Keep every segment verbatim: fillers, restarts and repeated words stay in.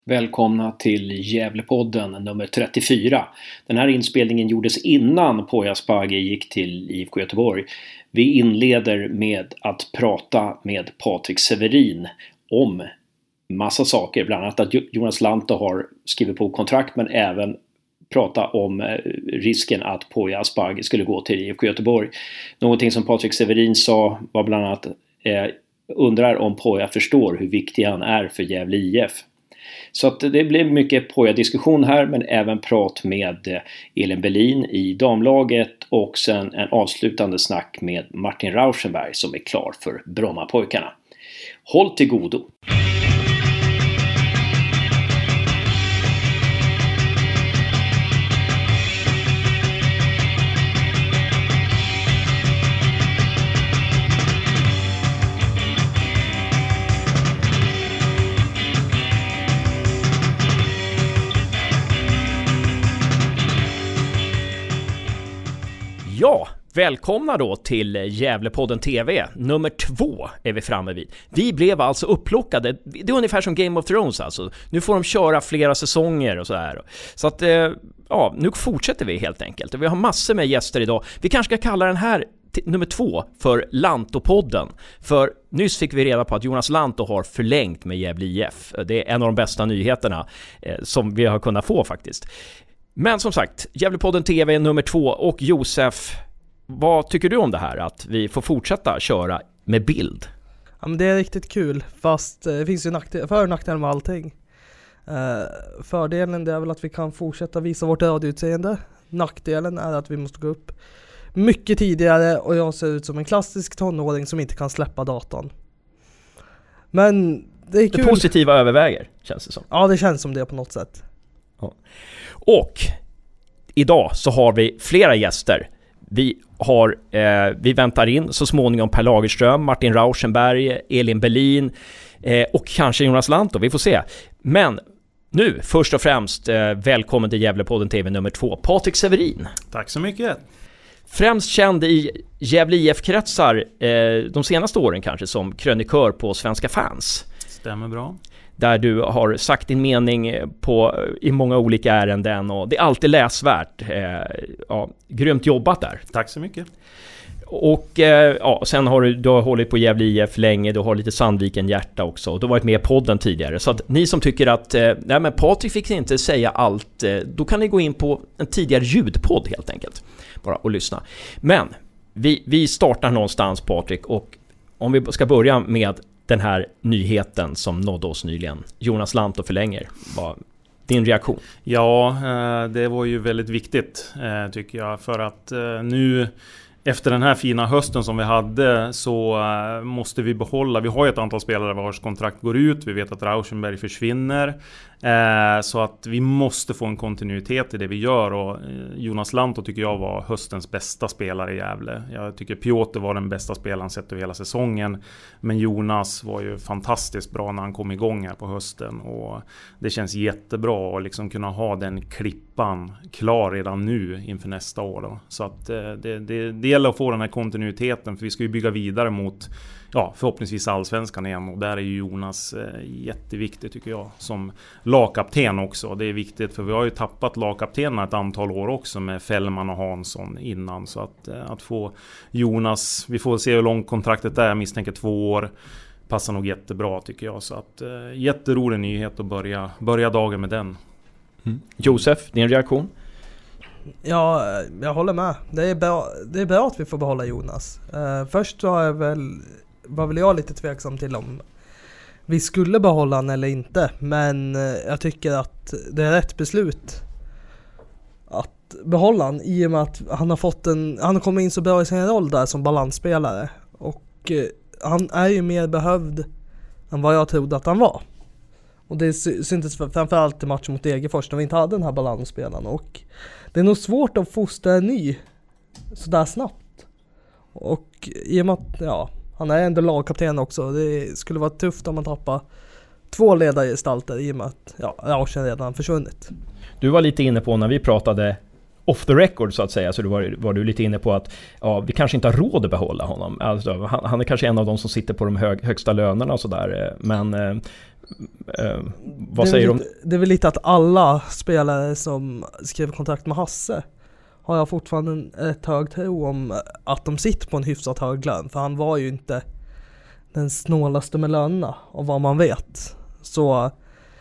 Välkomna till Gävlepodden nummer trettiofyra. Den här inspelningen gjordes innan Poya Asbaghi gick till I F K Göteborg. Vi inleder med att prata med Patrik Severin om massa saker. Bland annat att Jonas Lantto har skrivit på kontrakt, men även prata om risken att Poya Asbaghi skulle gå till I F K Göteborg. Någonting som Patrik Severin sa var bland annat eh, undrar om Poya förstår hur viktig han är för Gävle I F. Så att det blir mycket Poya-diskussion här, men även prat med Elin Berlin i damlaget och sen en avslutande snack med Martin Rauschenberg som är klar för Brommapojkarna. Håll till godo! Ja, välkomna då till Gävlepodden T V. Nummer två är vi framme vid. Vi blev alltså upplockade. Det är ungefär som Game of Thrones alltså. Nu får de köra flera säsonger och sådär. Så att, ja, nu fortsätter vi helt enkelt. Vi har massor med gäster idag. Vi kanske ska kalla den här t- nummer två för Lantto-podden. För nyss fick vi reda på att Jonas Lantto har förlängt med Gävle I F. Det är en av de bästa nyheterna eh, som vi har kunnat få faktiskt. Men som sagt, Gävlepodden T V nummer två. Och Josef, vad tycker du om det här? Att vi får fortsätta köra med bild? Ja, men det är riktigt kul. Fast det finns ju nackdel, för- och nackdelar med allting. Uh, fördelen är väl att vi kan fortsätta visa vårt radioutseende. Nackdelen är att vi måste gå upp mycket tidigare. Och jag ser ut som en klassisk tonåring som inte kan släppa datorn. Men det är kul. Det positiva överväger, känns det som. Ja, det känns som det på något sätt. Ja. Och idag så har vi flera gäster. Vi har eh, vi väntar in så småningom Per Lagerström, Martin Rauschenberg, Elin Berlin eh, och kanske Jonas Lantto. Vi får se. Men nu först och främst eh, välkommen till Gävlepodden T V nummer två, Patrik Severin. Tack så mycket. Främst känd i Gävle I F-kretsar eh, de senaste åren kanske som krönikör på Svenska Fans. Stämmer bra. Där du har sagt din mening på, i många olika ärenden och det är alltid läsvärt. Eh, ja, grymt jobbat där. Tack så mycket. Och eh, ja, sen har du, du har hållit på Gävle I F länge, du har lite Sandviken-hjärta också och du har varit med i podden tidigare. Så att ni som tycker att eh, nej men Patrik fick inte säga allt, eh, då kan ni gå in på en tidigare ljudpodd helt enkelt. Bara och lyssna. Men vi, vi startar någonstans, Patrik, och om vi ska börja med den här nyheten som nådde oss nyligen. Jonas Lantto förlänger. Vad din reaktion? Ja, det var ju väldigt viktigt tycker jag. För att nu efter den här fina hösten som vi hade så måste vi behålla. Vi har ju ett antal spelare vars kontrakt går ut. Vi vet att Rauschenberg försvinner. Så att vi måste få en kontinuitet i det vi gör. Och Jonas Lantto tycker jag var höstens bästa spelare i Gävle. Jag tycker Piotr var den bästa spelaren sett över hela säsongen. Men Jonas var ju fantastiskt bra när han kom igång här på hösten. Och det känns jättebra att liksom kunna ha den klippan klar redan nu inför nästa år. Då. Så att det, det, det gäller att få den här kontinuiteten. För vi ska ju bygga vidare mot ja, förhoppningsvis allsvenskan igen. Och där är ju Jonas eh, jätteviktig tycker jag. Som lagkapten också. Det är viktigt för vi har ju tappat lagkaptenerna ett antal år också. Med Fällman och Hansson innan. Så att, eh, att få Jonas, vi får se hur långt kontraktet är. Jag misstänker två år. Passar nog jättebra tycker jag. Så att eh, jätterolig nyhet att börja, börja dagen med den. Mm. Josef, din reaktion? Ja, jag håller med. Det är bra, det är bra att vi får behålla Jonas. Uh, först så har jag väl, var väl jag lite tveksam till om vi skulle behålla han eller inte. Men uh, jag tycker att det är rätt beslut att behålla han i och med att han har fått en, han har kommit in så bra i sin roll där som balansspelare. Och uh, han är ju mer behövd än vad jag trodde att han var. Och det syntes framförallt i matchen mot Degerfors när vi inte hade den här balansspelaren. Och det är nog svårt att fostra en ny sådär snabbt. Och i och med att, ja, han är ändå lagkapten också. Det skulle vara tufft om man tappar två ledargestalter i och med att ja, Rauschen redan försvunnit. Du var lite inne på när vi pratade off the record så att säga, så du var, var du lite inne på att ja, vi kanske inte har råd att behålla honom. Alltså, han, han är kanske en av de som sitter på de hög, högsta lönerna och sådär. Men eh, eh, vad säger du om? Det är väl lite att alla spelare som skrev kontrakt med Hasse har jag fortfarande ett hög tro om att de sitter på en hyfsat hög lön. För han var ju inte den snålaste med lönerna av vad man vet. Så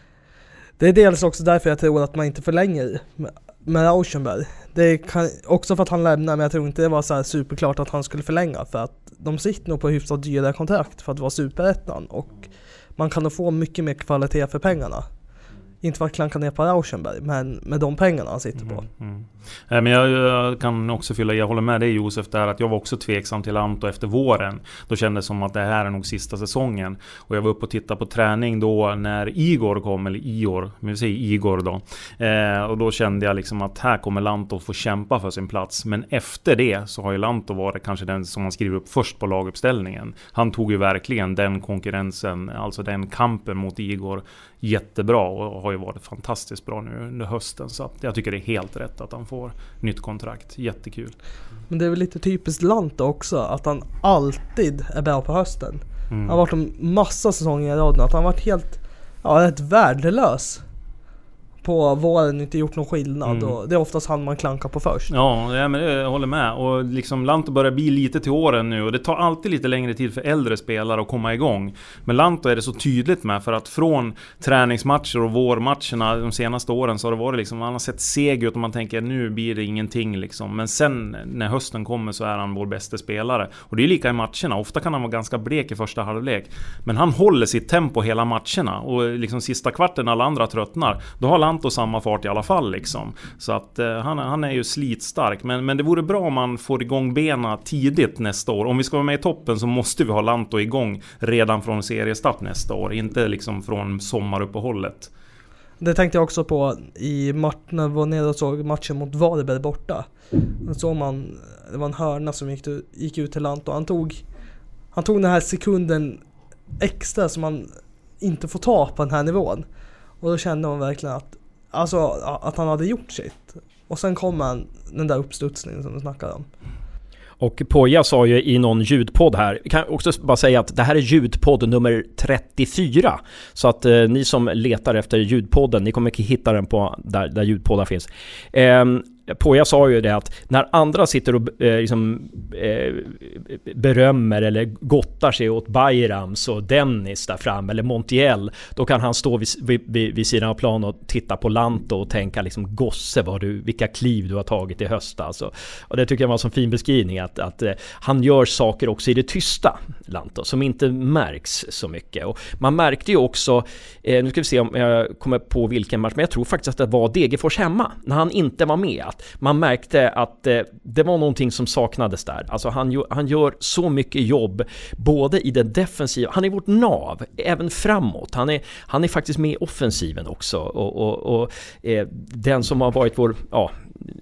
det är dels också därför jag tror att man inte förlänger med, med Rauschenberg. Det kan också för att han lämnar, men jag tror inte det var så här superklart att han skulle förlänga. För att de sitter nog på hyfsat dyra kontrakt för att vara superettan. Och man kan nog få mycket mer kvalitet för pengarna. Inte för att klanka ner på Rauschenberg, men med de pengarna han sitter på. Mm, mm. Men jag, jag kan också fylla, jag håller med dig Josef där, att jag var också tveksam till Lanto efter våren. Då kändes det som att det här är nog sista säsongen. Och jag var uppe och tittade på träning då när Igor kom, eller Ior, men vi säger Igor då. Eh, och då kände jag liksom att här kommer Lanto få kämpa för sin plats. Men efter det så har ju Lanto varit kanske den som man skriver upp först på laguppställningen. Han tog ju verkligen den konkurrensen, alltså den kampen mot Igor jättebra och har ju varit fantastiskt bra nu under hösten. Så att jag tycker det är helt rätt att han får nytt kontrakt. Jättekul. Men det är väl lite typiskt Lanto också, att han alltid är bra på hösten. Mm. Han har varit en massa säsonger i raden, att han har varit helt ja, rätt värdelös på våren, inte gjort någon skillnad. Mm. Och det är oftast han man klankar på först. Ja, ja men jag håller med. Och liksom Lanto börjar bli lite till åren nu. Och det tar alltid lite längre tid för äldre spelare att komma igång. Men Lanto är det så tydligt med. För att från träningsmatcher och vårmatcherna de senaste åren så har det varit liksom, man har sett seg ut och man tänker nu blir det ingenting liksom. Men sen när hösten kommer så är han vår bästa spelare. Och det är lika i matcherna. Ofta kan han vara ganska blek i första halvlek. Men han håller sitt tempo hela matcherna. Och liksom sista kvarten alla andra tröttnar, då har Lanto samma fart i alla fall liksom. Så att eh, han, han är ju slitstark. Men, men det vore bra om man får igång bena tidigt nästa år. Om vi ska vara med i toppen så måste vi ha Lanto igång redan från seriestart nästa år. Inte liksom från sommaruppehållet. Det tänkte jag också på i matchen när vi var nere och såg matchen mot Varberg borta. Då såg man, det var en hörna som gick, gick ut till Lanto. Han tog, han tog den här sekunden extra som man inte får ta på den här nivån. Och då kände man verkligen att alltså att han hade gjort sitt. Och sen kom han den där uppstudsningen som du snackade om. Och Poja sa ju i någon ljudpodd här, jag kan också bara säga att det här är ljudpodd nummer trettiofyra. Så att eh, ni som letar efter ljudpodden, ni kommer hitta den på där, där ljudpoddar finns. Eh, Poja sa ju det att när andra sitter och eh, liksom, eh, berömmer eller gottar sig åt Bayrams och Dennis där fram eller Montiel, då kan han stå vid, vid, vid sidan av plan och titta på Lanto och tänka liksom, gosse vad du, vilka kliv du har tagit i höst alltså. Och det tycker jag var en så fin beskrivning att, att eh, han gör saker också i det tysta, Lanto, som inte märks så mycket. Och man märkte ju också, eh, nu ska vi se om jag kommer på vilken match, men jag tror faktiskt att det var Degerfors hemma när han inte var med. Att man märkte att eh, det var någonting som saknades där. Alltså han, han gör så mycket jobb både i den defensiva, han är vårt nav även framåt. Han är, han är faktiskt med i offensiven också och, och, och eh, den som har varit vår, ja,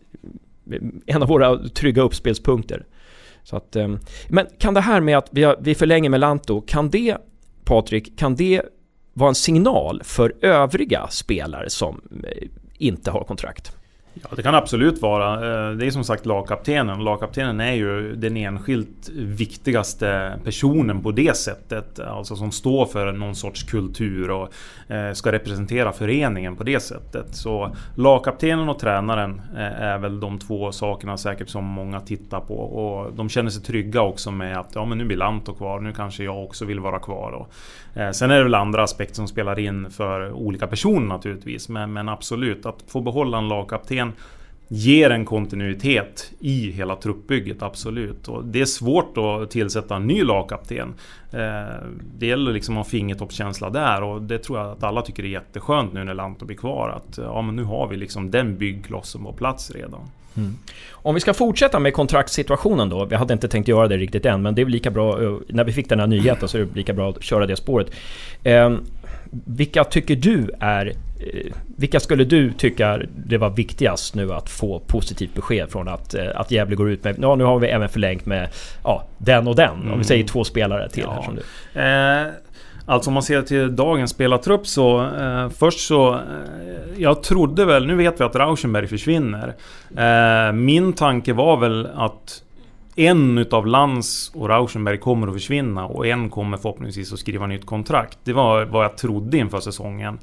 en av våra trygga uppspelspunkter. Så att, eh, men kan det här med att vi, har, vi förlänger med Lanto, kan det, Patrik, kan det vara en signal för övriga spelare som eh, inte har kontrakt? Ja, det kan absolut vara. Det är som sagt lagkaptenen. Lagkaptenen är ju den enskilt viktigaste personen på det sättet. Alltså som står för någon sorts kultur och ska representera föreningen på det sättet. Så lagkaptenen och tränaren är väl de två sakerna säkert som många tittar på. Och de känner sig trygga också med att ja, men nu blir Lanto kvar. Nu kanske jag också vill vara kvar. Och sen är det väl andra aspekter som spelar in för olika personer naturligtvis. Men, men absolut, att få behålla en lagkapten ger en kontinuitet i hela truppbygget, absolut. Och det är svårt att tillsätta en ny lagkapten. Det gäller liksom att ha fingertoppskänsla där, och det tror jag att alla tycker är jätteskönt nu när Lanto blir kvar. Att ja, men nu har vi liksom den byggklossen på plats redan. Mm. Om vi ska fortsätta med kontraktssituationen då, vi hade inte tänkt göra det riktigt än, men det är lika bra, när vi fick den här nyheten så är det lika bra att köra det spåret. Eh, vilka tycker du är, eh, vilka skulle du tycka det var viktigast nu att få positivt besked från att, eh, att Gävle går ut med, ja nu har vi även förlängt med ja, den och den, mm. om vi säger två spelare till ja. här som du. Eh... Alltså om man ser till dagens spelartrupp så eh, först så eh, jag trodde väl, nu vet vi att Rauschenberg försvinner. Eh, min tanke var väl att en utav Lantz och Rauschenberg kommer att försvinna och en kommer förhoppningsvis att skriva nytt kontrakt. Det var vad jag trodde inför säsongen.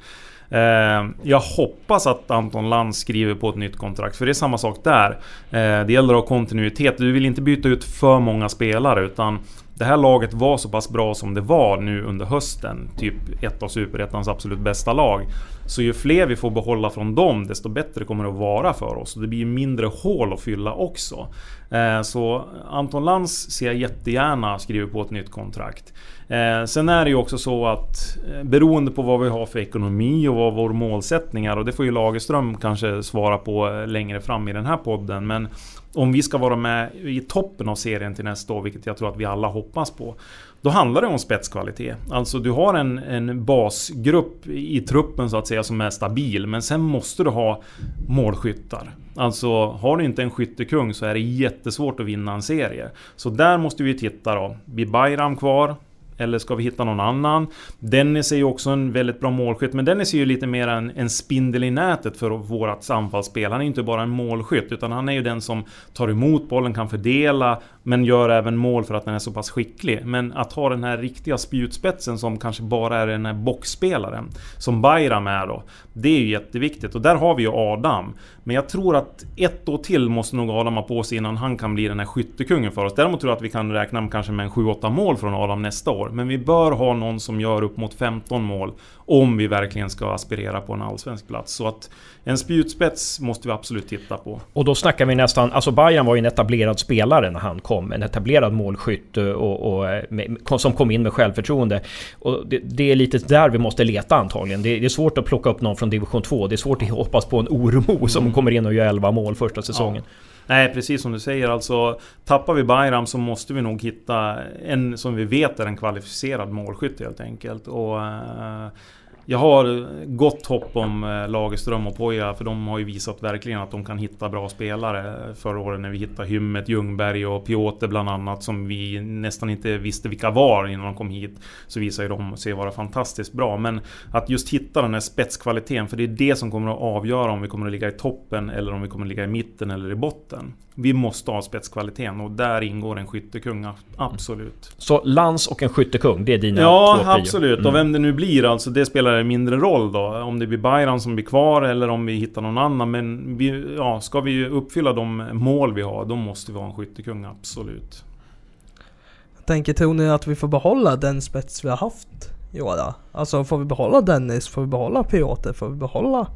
Eh, jag hoppas att Anton Lantz skriver på ett nytt kontrakt, för det är samma sak där. Eh, det gäller att ha kontinuitet. Du vill inte byta ut för många spelare, utan det här laget var så pass bra som det var nu under hösten, typ ett av Superettans absolut bästa lag. Så ju fler vi får behålla från dem, desto bättre kommer det att vara för oss. Och det blir mindre hål att fylla också. Eh, så Anton Lantz ser jag jättegärna skriva på ett nytt kontrakt. Eh, sen är det ju också så att eh, beroende på vad vi har för ekonomi och vad vår målsättning är, och det får ju Lagerström kanske svara på eh, längre fram i den här podden, men om vi ska vara med i toppen av serien till nästa år, vilket jag tror att vi alla hoppas på, då handlar det om spetskvalitet. Alltså du har en, en basgrupp i truppen så att säga som är stabil, men sen måste du ha målskyttar. Alltså har du inte en skyttekung så är det jättesvårt att vinna en serie. Så där måste vi titta då. Blir Bayram kvar? Eller ska vi hitta någon annan? Dennis är ju också en väldigt bra målskytt, men Dennis är ju lite mer en, en spindel i nätet för vårat anfallsspel. Han är inte bara en målskytt, utan han är ju den som tar emot bollen, kan fördela, men gör även mål för att den är så pass skicklig. Men att ha den här riktiga spjutspetsen som kanske bara är den här boxspelaren, som Bayram är då, det är ju jätteviktigt. Och där har vi ju Adam. Men jag tror att ett år till måste nog Adam ha på sig innan han kan bli den här skyttekungen för oss. Däremot tror jag att vi kan räkna med kanske med en sju åtta mål från Adam nästa år. Men vi bör ha någon som gör upp mot femton mål om vi verkligen ska aspirera på en allsvensk plats. Så att en spjutspets måste vi absolut titta på. Och då snackar vi nästan, alltså Bayern var ju en etablerad spelare när han kom, en etablerad målskytt och, och, med, som kom in med självförtroende. Och det, det är lite där vi måste leta antagligen. Det, det är svårt att plocka upp någon från division två. det är svårt att hoppas på en Ormo som mm. kommer in och gör elva mål första säsongen. Ja. Nej, precis som du säger, alltså tappar vi Bayram så måste vi nog hitta en som vi vet är en kvalificerad målskytt helt enkelt. Och uh, jag har gott hopp om uh, Lagerström och Poja, för de har ju visat verkligen att de kan hitta bra spelare. Förra året när vi hittade Hymmet, Ljungberg och Piotr bland annat, som vi nästan inte visste vilka var innan de kom hit, så visar ju de sig vara fantastiskt bra. Men att just hitta den här spetskvaliteten, för det är det som kommer att avgöra om vi kommer att ligga i toppen eller om vi kommer att ligga i mitten eller i botten. Vi måste ha spetskvaliteten, och där ingår en skyttekung, absolut. Så Lantz och en skyttekung, det är dina ja, två Ja, absolut. Mm. Och vem det nu blir, alltså det spelar mindre roll då. Om det blir Bayram som blir kvar eller om vi hittar någon annan. Men vi, ja, ska vi uppfylla de mål vi har, då måste vi ha en skyttekung, absolut. Jag tänker, tror ni att vi får behålla den spets vi har haft i år? Alltså får vi behålla Dennis, får vi behålla Piotr, får vi behålla...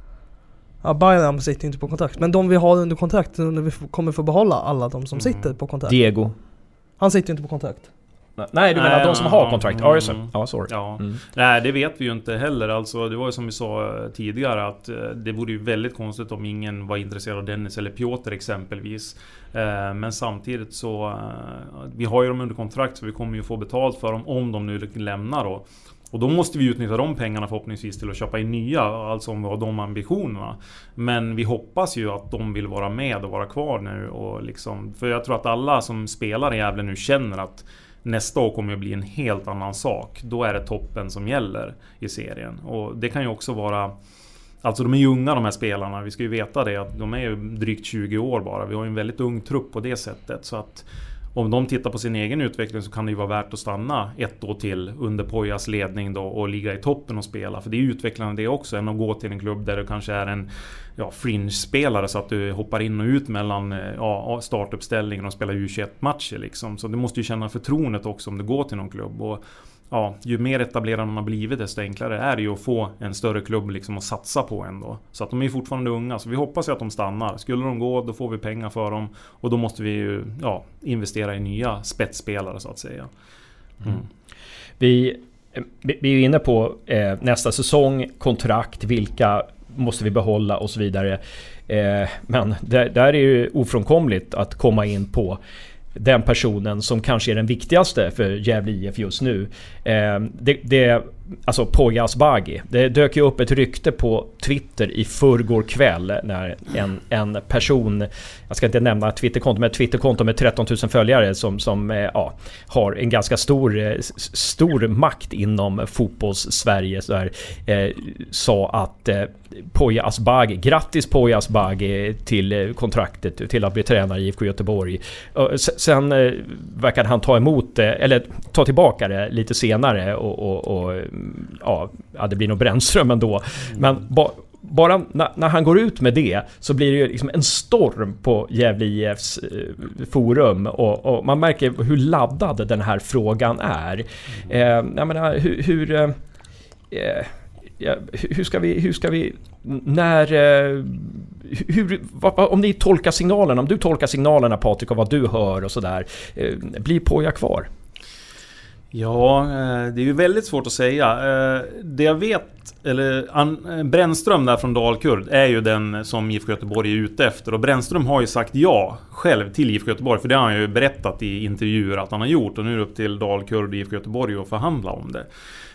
Ja, Bayram sitter inte på kontrakt, men de vi har under kontrakt, när vi kommer få behålla alla de som mm. sitter på kontrakt. Diego. Han sitter inte på kontrakt. Nej, du menar Nej, de som har kontrakt. Mm, mm. Ja, sorry. Ja. Mm. Nej, det vet vi ju inte heller. Alltså, det var ju som vi sa tidigare att det vore ju väldigt konstigt om ingen var intresserad av Dennis eller Piotr exempelvis. Men samtidigt så vi har ju dem under kontrakt, så vi kommer ju få betalt för dem om de nu lämnar då. Och då måste vi utnyttja de pengarna förhoppningsvis till att köpa in nya, alltså om vi har de ambitionerna. Men vi hoppas ju att de vill vara med och vara kvar nu. Och liksom, för jag tror att alla som spelar i Gävle nu känner att nästa år kommer att bli en helt annan sak. Då är det toppen som gäller i serien. Och det kan ju också vara... Alltså de är ju unga de här spelarna, vi ska ju veta det, att de är ju drygt tjugo år bara. Vi har ju en väldigt ung trupp på det sättet, så att om de tittar på sin egen utveckling så kan det ju vara värt att stanna ett år till under Pojas ledning då och ligga i toppen och spela. För det är utvecklande det också, än att gå till en klubb där du kanske är en ja, fringe-spelare så att du hoppar in och ut mellan ja, startuppställningen och spelar U tjugoett-matcher liksom. Så du måste ju känna förtroendet också om du går till någon klubb. Och ja, ju mer etablerad man har blivit, desto enklare är det ju att få en större klubb liksom att satsa på ändå. Så att de är fortfarande unga, så vi hoppas ju att de stannar. Skulle de gå, då får vi pengar för dem. Och då måste vi ju ja, investera i nya spetsspelare så att säga. Mm. Mm. Vi, vi är ju inne på eh, nästa säsong, kontrakt, vilka måste vi behålla och så vidare. Eh, men där, där är det ju ofrånkomligt att komma in på den personen som kanske är den viktigaste för Gävle I F just nu. Eh, det, det alltså Poya Asbaghi. Det dök ju upp ett rykte på Twitter i förrgår kväll när en, en person, jag ska inte nämna Twitterkonto, men ett Twitterkonto med tretton tusen följare som, som eh, ja, har en ganska stor, eh, stor makt inom fotbolls-Sverige så här, eh, sa att eh, Poya Asbaghi, grattis Poya Asbaghi till eh, kontraktet, till att bli tränare i I F K Göteborg. Uh, sen eh, verkade han ta emot eh, eller ta tillbaka det lite senare och, och, och ja, det blir nog Brännström ändå. Mm. Men ba, bara när, när han går ut med det så blir det ju liksom en storm på Gävle I F:s eh, forum och, och man märker hur laddad den här frågan är. Mm. Eh, jag menar, hur... hur eh, Ja, hur ska vi, hur ska vi när hur, vad, om ni tolkar signalerna, om du tolkar signalerna Patrik och vad du hör och sådär, blir Poya kvar? Ja, det är ju väldigt svårt att säga. Det jag vet, eller Brännström där från Dalkurd är ju den som I F K Göteborg är ute efter, och Brännström har ju sagt ja själv till I F K Göteborg, för det har han ju berättat i intervjuer att han har gjort, och nu är det upp till Dalkurd och I F K Göteborg att förhandla om det.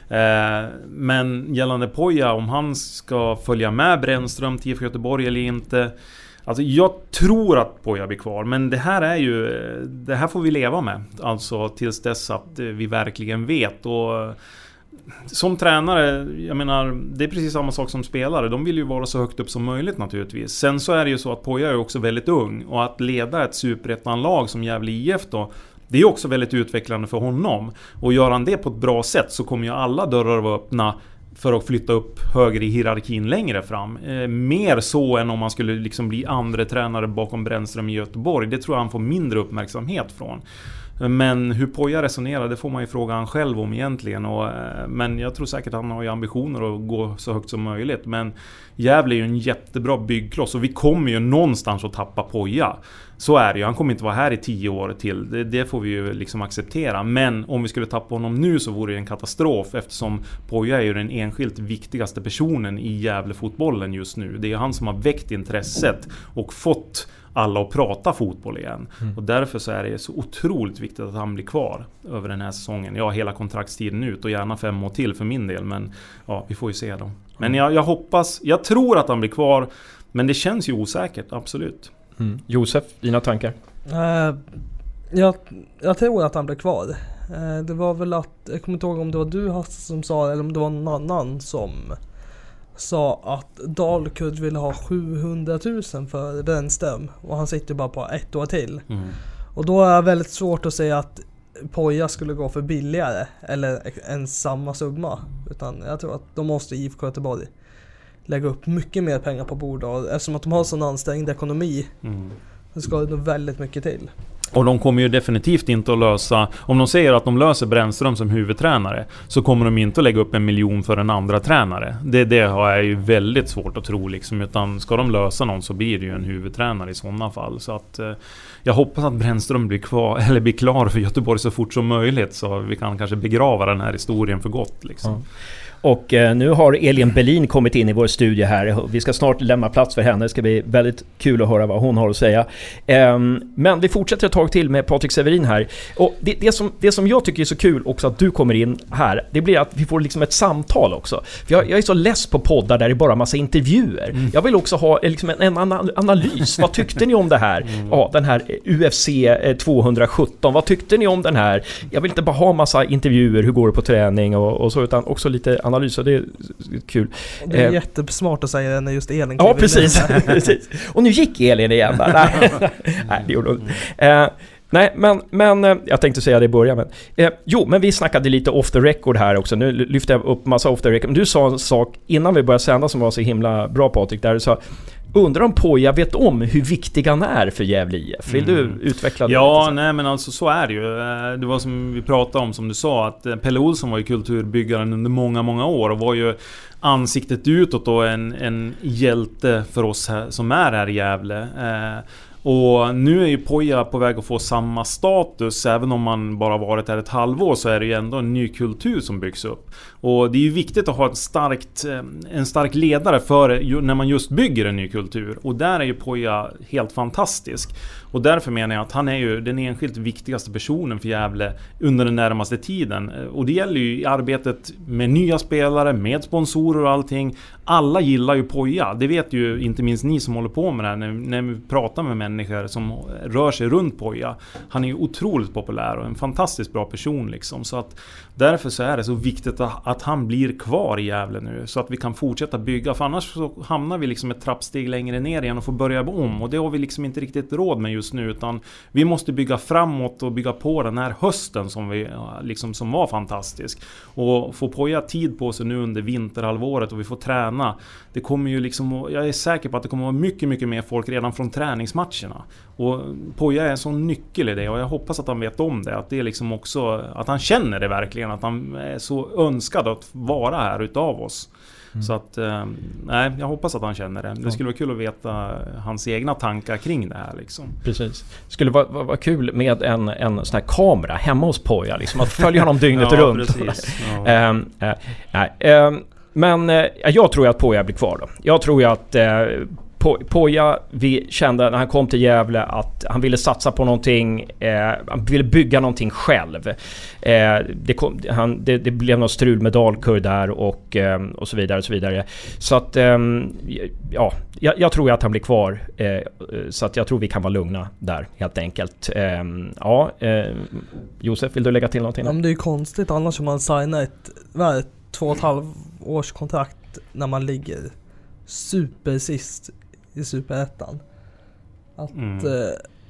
Men gällande Poya, om han ska följa med Brännström till I F K Göteborg eller inte, alltså jag tror att Poya blir kvar, men det här är ju, det här får vi leva med, alltså tills dess att vi verkligen vet. Och som tränare, jag menar, det är precis samma sak som spelare, de vill ju vara så högt upp som möjligt naturligtvis. Sen så är det ju så att Poya är också väldigt ung, och att leda ett superettanlag som Gävle I F då, det är också väldigt utvecklande för honom. Och gör han det på ett bra sätt så kommer ju alla dörrar vara öppna för att flytta upp högre i hierarkin längre fram. Eh, mer så än om man skulle liksom bli andra tränare bakom Brännström i Göteborg. Det tror jag han får mindre uppmärksamhet från. Men hur Poya resonerar, det får man ju fråga han själv om egentligen. Och, men jag tror säkert att han har ju ambitioner att gå så högt som möjligt. Men Gävle är ju en jättebra byggkloss, och vi kommer ju någonstans att tappa Poya. Så är det ju, han kommer inte vara här i tio år till. Det, det får vi ju liksom acceptera. Men om vi skulle tappa honom nu så vore det en katastrof, eftersom Poya är ju den enskilt viktigaste personen i Gävle-fotbollen just nu. Det är han som har väckt intresset och fått alla att prata fotboll igen. Mm. Och därför så är det så otroligt viktigt att han blir kvar över den här säsongen. Ja, hela kontraktstiden ut, och gärna fem år till för min del. Men ja, vi får ju se då. Men jag, jag hoppas, jag tror att han blir kvar. Men det känns ju osäkert, absolut. Mm. Josef, dina tankar? Uh, jag, jag tror att han blir kvar. Uh, det var väl att, jag kommer inte ihåg om det var du som sa, eller om det var någon annan som sa att Dalkurd ville ha sjuhundratusen för Brännström, och han sitter bara på ett år till. Mm. Och då är det väldigt svårt att säga att Poya skulle gå för billigare eller en samma summa, utan jag tror att de måste I F K Göteborg lägga upp mycket mer pengar på bordet, och eftersom att de har sån ansträngd ekonomi mm. så ska det nog väldigt mycket till. Och de kommer ju definitivt inte att lösa, om de säger att de löser Brännström som huvudtränare, så kommer de inte att lägga upp en miljon för en andra tränare. Det, det har jag ju väldigt svårt att tro liksom, utan ska de lösa någon så blir det ju en huvudtränare i sådana fall. Så att eh, jag hoppas att Brännström blir kvar, eller blir klar för Göteborg så fort som möjligt, så vi kan kanske begrava den här historien för gott liksom. Mm. Och eh, nu har Elin Berlin kommit in i vår studio här. Vi ska snart lämna plats för henne. Det ska bli väldigt kul att höra vad hon har att säga. Eh, men vi fortsätter ett tag till med Patrik Severin här. Och det, det, som, det som jag tycker är så kul också att du kommer in här, det blir att vi får liksom ett samtal också. För jag, jag är så less på poddar där det är bara massa intervjuer. Mm. Jag vill också ha liksom en, en analys. Vad tyckte ni om det här? Mm. Ja, den här U F C tvåhundrasjutton. Vad tyckte ni om den här? Jag vill inte bara ha massa intervjuer, hur går det på träning och, och så, utan också lite analys, och det är kul. Det är eh. jättesmart att säga det när just Elin. Ja, precis. precis. Och nu gick Elin igen. Nej, nej, det gjorde hon. Eh, nej, men, men jag tänkte säga det i början. Men, eh, jo, men vi snackade lite off the record här också. Nu lyfter jag upp massa off the record. Men du sa en sak innan vi började sända som var så himla bra, Patrik, där du sa, undrar om Poya vet om hur viktig han är för Gävle I F. Vill mm. du utveckla det? Ja, nej men alltså så är det ju. Det var som vi pratade om, som du sa, att Pelle Olsson var ju kulturbyggaren under många, många år och var ju ansiktet utåt och en, en hjälte för oss här, som är här i Gävle. Och nu är ju Poja på väg att få samma status. Även om man bara varit här ett halvår, så är det ju ändå en ny kultur som byggs upp. Och det är ju viktigt att ha ett starkt, en stark ledare för när man just bygger en ny kultur. Och där är ju Poja helt fantastisk. Och därför menar jag att han är ju den enskilt viktigaste personen för Gävle under den närmaste tiden. Och det gäller ju i arbetet med nya spelare, med sponsorer och allting. Alla gillar ju Poja. Det vet ju inte minst ni som håller på med det här när, när vi pratar med människor som rör sig runt Poja. Han är ju otroligt populär och en fantastiskt bra person liksom. Så att därför så är det så viktigt att, att han blir kvar i Gävle nu, så att vi kan fortsätta bygga. För annars så hamnar vi liksom ett trappsteg längre ner igen och får börja om. Och det har vi liksom inte riktigt råd med just nu, utan vi måste bygga framåt och bygga på den här hösten som, vi, liksom, som var fantastisk. Och få Poja tid på sig nu under vinterhalvåret och vi får träna. Det kommer ju liksom, jag är säker på att det kommer vara mycket, mycket mer folk redan från träningsmatcherna. Och Poja är en sån nyckel i det, och jag hoppas att han vet om det. Att det är liksom också, att han känner det verkligen, att han är så önskad att vara här utav oss. Mm. Så att, eh, nej, jag hoppas att han känner det. Det skulle vara kul att veta hans egna tankar kring det här liksom. Precis. Det skulle vara, vara, vara kul med en, en sån här kamera hemma hos Poja, liksom, att följa honom dygnet ja, runt. Precis. Ja. ähm, äh, nej, ähm, men äh, jag tror att Poja blir kvar då. Jag tror ju att äh, Poja, vi kände när han kom till Gävle att han ville satsa på någonting, eh, han ville bygga någonting själv. Eh, det, kom, han, det, det blev något strul med Dalkurd där och, eh, och så vidare och så vidare. Så att eh, ja, jag, jag tror att han blir kvar, eh, så att jag tror vi kan vara lugna där helt enkelt. Eh, ja, eh, Josef, vill du lägga till någonting? Ja, men det är ju konstigt annars om man signar ett, vad är det, två och ett halv års kontrakt när man ligger super sist i Superettan. Att, mm. eh,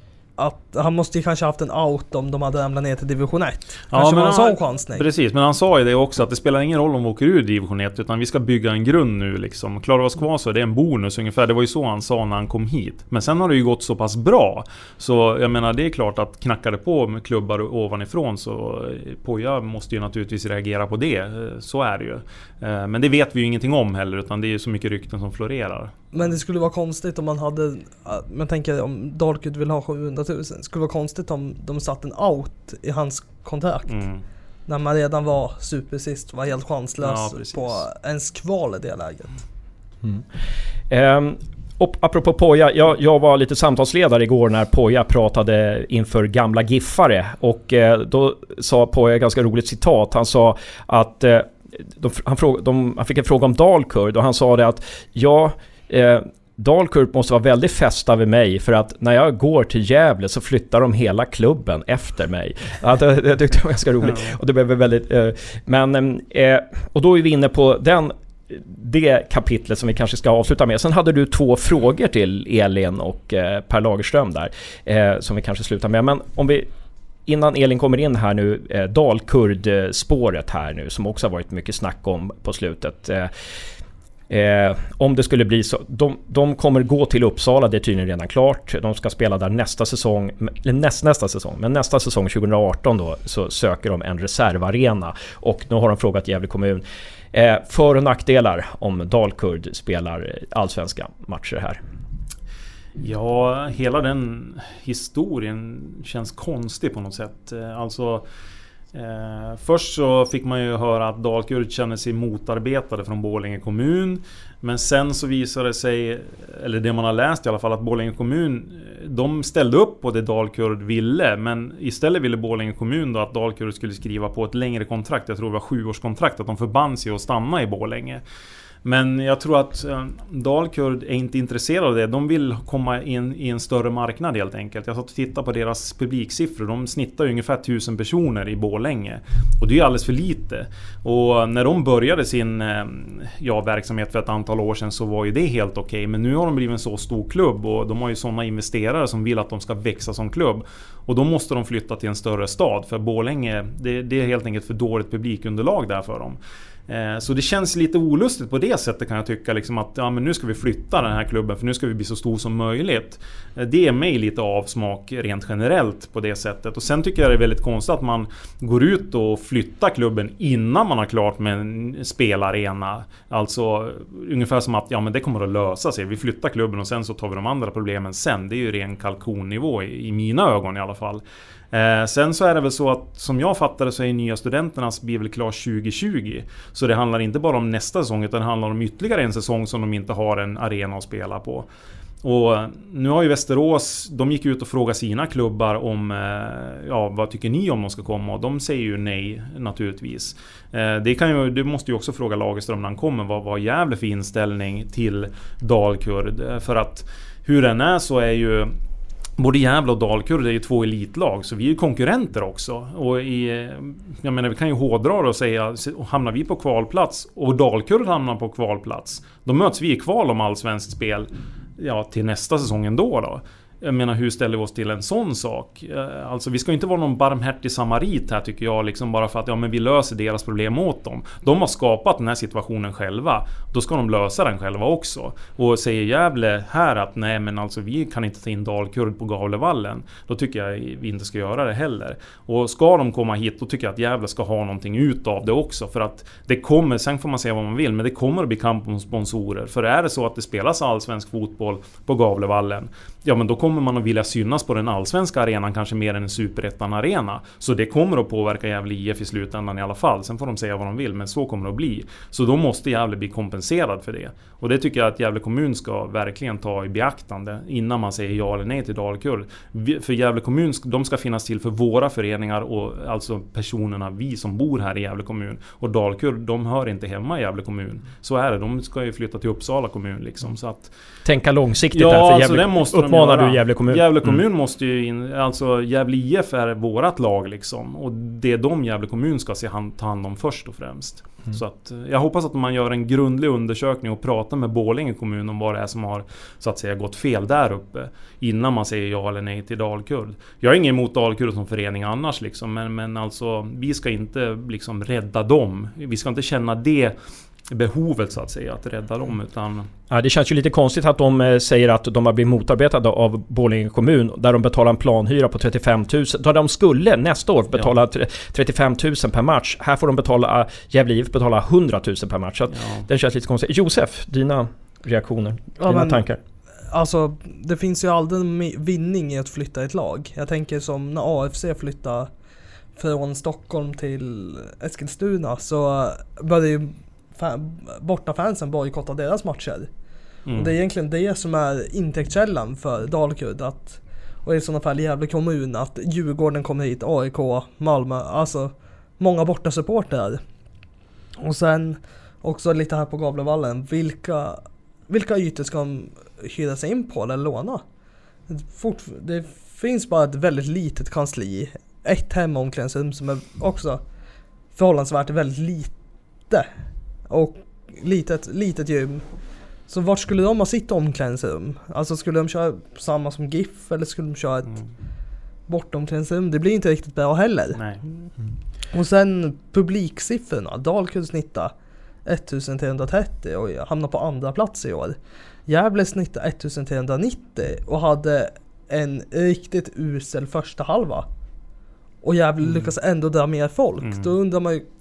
att han måste ju kanske haft en out om de hade ramlat ner till division ett. Kanske ja, var en sån han, chansning. Precis, men han sa ju det också, att det spelar ingen roll om vi åker ur division ett, utan vi ska bygga en grund nu liksom. Klarar vi oss kvar så är det en bonus ungefär. Det var ju så han sa när han kom hit. Men sen har det ju gått så pass bra. Så jag menar, det är klart att knackar det på med klubbar ovanifrån, så Poja måste ju naturligtvis reagera på det. Så är det ju. Men det vet vi ju ingenting om heller, utan det är ju så mycket rykten som florerar. Men det skulle vara konstigt om man hade, man tänker om Dalkurd vill ha sjuhundratusen, det skulle vara konstigt om de satt en out i hans kontrakt. Mm. När man redan var supersist, var helt chanslös ja, på ens kval i det läget. Mm. Um. Och apropå Poja, jag, jag var lite samtalsledare igår när Poja pratade inför gamla giffare, och eh, då sa Poja ett ganska roligt citat. Han sa att eh, de, han, fråg, de, han fick en fråga om Dalkurd, och han sa det att ja, eh, Dalkurd måste vara väldigt fästa vid mig, för att när jag går till Gävle så flyttar de hela klubben efter mig. Ja, det, det tyckte jag var ganska roligt. Och det blev väldigt eh, men eh, och då är vi inne på den det kapitlet som vi kanske ska avsluta med. Sen hade du två frågor till Elin och eh, Per Lagerström där eh, som vi kanske slutar med. Men om vi, innan Elin kommer in här nu, eh, Dalkurd-spåret här nu, som också har varit mycket snack om på slutet. Eh, eh, om det skulle bli så, de, de kommer gå till Uppsala, det är tydligen redan klart. De ska spela där nästa säsong, eller näst, nästa säsong, men nästa säsong tjugo arton då, så söker de en reservarena. Och nu har de frågat Gävle kommun Eh, för- och nackdelar om Dalkurd spelar allsvenska matcher här. Ja, hela den historien känns konstig på något sätt. Alltså, eh, först så fick man ju höra att Dalkurd känner sig motarbetade från Borlänge kommun. Men sen så visade det sig, eller det man har läst i alla fall, att Borlänge kommun, de ställde upp på det Dalkurd ville. Men istället ville Borlänge kommun då att Dalkurd skulle skriva på ett längre kontrakt. Jag tror det var sjuårskontrakt, att de förband sig att stanna i Borlänge. Men jag tror att eh, Dalkurd är inte intresserade av det. De vill komma in i en större marknad helt enkelt. Jag satt och tittade på deras publiksiffror. De snittar ungefär tusen personer i Borlänge. Och det är alldeles för lite. Och när de började sin eh, ja, verksamhet för ett antal år sedan så var ju det helt okej. Okay. Men nu har de blivit en så stor klubb och de har ju sådana investerare som vill att de ska växa som klubb. Och då måste de flytta till en större stad. För Borlänge, det, det är helt enkelt för dåligt publikunderlag där för dem. Eh, så det känns lite olustigt på det sättet, kan jag tycka, liksom att ja, men nu ska vi flytta den här klubben för nu ska vi bli så stor som möjligt. Eh, det är mig lite avsmak rent generellt på det sättet. Och sen tycker jag det är väldigt konstigt att man går ut och flyttar klubben innan man har klart med en spelarena. Alltså ungefär som att ja, men det kommer att lösa sig. Vi flyttar klubben och sen så tar vi de andra problemen sen. Det är ju ren kalkonnivå i, i mina ögon i alla fall. Eh, sen så är det väl så att som jag fattar det så är nya studenternas blir väl klar tjugo tjugo. Så det handlar inte bara om nästa säsong utan det handlar om ytterligare en säsong som de inte har en arena att spela på. Och nu har ju Västerås, de gick ut och frågade sina klubbar om ja, vad tycker ni om de ska komma, och de säger ju nej naturligtvis. Det, kan ju, det måste ju också fråga Lagerström när han kommer, vad var Gävle för inställning till Dalkurd, för att hur den är så är ju både Gävle och Dalkurd är ju två elitlag, så vi är ju konkurrenter också. Och i, jag menar, vi kan ju hårdra och säga, hamnar vi på kvalplats och Dalkurd hamnar på kvalplats, då möts vi i kval om allsvenskt spel, ja, till nästa säsong ändå då. Jag menar, hur ställer vi oss till en sån sak? Alltså vi ska inte vara någon barmhärtig samarit här, tycker jag, liksom bara för att ja, men vi löser deras problem åt dem. De har skapat den här situationen själva. Då ska de lösa den själva också. Och säger Gävle här att nej, men alltså vi kan inte ta in Dalkurd på Gavlevallen, då tycker jag vi inte ska göra det heller. Och ska de komma hit, då tycker jag att Gävle ska ha någonting ut av det också, för att det kommer, sen får man säga vad man vill, men det kommer att bli kamp om sponsorer. För är det så att det spelas allsvensk fotboll på Gavlevallen, ja, men då kommer man att vilja synas på den allsvenska arenan kanske mer än en superettan-arena. Så det kommer att påverka Gävle I F i slutändan i alla fall. Sen får de säga vad de vill, men så kommer det att bli. Så då måste Gävle bli kompenserad för det. Och det tycker jag att Gävle kommun ska verkligen ta i beaktande innan man säger ja eller nej till Dalkurd. För Gävle kommun, de ska finnas till för våra föreningar och alltså personerna, vi som bor här i Gävle kommun. Och Dalkurd, de hör inte hemma i Gävle kommun. Så är det, de ska ju flytta till Uppsala kommun liksom. Så att tänka långsiktigt ja, där, för alltså Gävle, måste uppmanar du Gävle kommun? Gävle kommun mm. måste ju in, alltså Gävle I F är vårat lag liksom, och det är de Gävle kommun ska se hand, ta hand om först och främst. Mm. Så att jag hoppas att man gör en grundlig undersökning och pratar med Borlänge kommun om vad det är som har så att säga gått fel där uppe innan man säger ja eller nej till Dalkurd. Jag är ingen emot Dalkurd som förening annars liksom, men, men alltså vi ska inte liksom rädda dem. Vi ska inte känna det behovet så att säga att rädda dem, utan ja, det känns ju lite konstigt att de eh, säger att de har blivit motarbetade av Borlänge kommun där de betalar en planhyra på trettiofem tusen, då de skulle nästa år betala ja. trettiofem tusen per match. Här får de betala, Gävle I F betala hundra tusen per match, så att ja. Det känns lite konstigt. Josef, dina reaktioner, ja, dina men, tankar? Alltså det finns ju aldrig en vinning i att flytta ett lag. Jag tänker som när A F C flyttar från Stockholm till Eskilstuna, så börjar ju borta fansen bojkotta deras matcher. Mm. Och det är egentligen det som är intäktskällan för Dalkurd, att, och i sådana fall Gävle kommun, att Djurgården kommer hit, A I K, Malmö, alltså många borta supportrar. Och sen också lite här på Gavlevallen, vilka vilka ytor ska de hyra sig in på eller låna? Fort, det finns bara ett väldigt litet kansli, ett hemomklädningsrum som är också förhållandsvärt väldigt lite, och litet, litet gym. Så vart skulle de ha sitt omklädningsrum? Alltså skulle de köra samma som GIF, eller skulle de köra ett mm. bortomklädningsrum? Det blir inte riktigt bra heller. Nej. Mm. Och sen publiksiffrorna. Dalkurd snittar ettusentrehundratrettio och hamnar på andra plats i år. Gävle snittar ettusentrehundranittio och hade en riktigt usel första halva. Och Gävle mm. lyckas ändå dra mer folk. Mm. Då undrar man ju,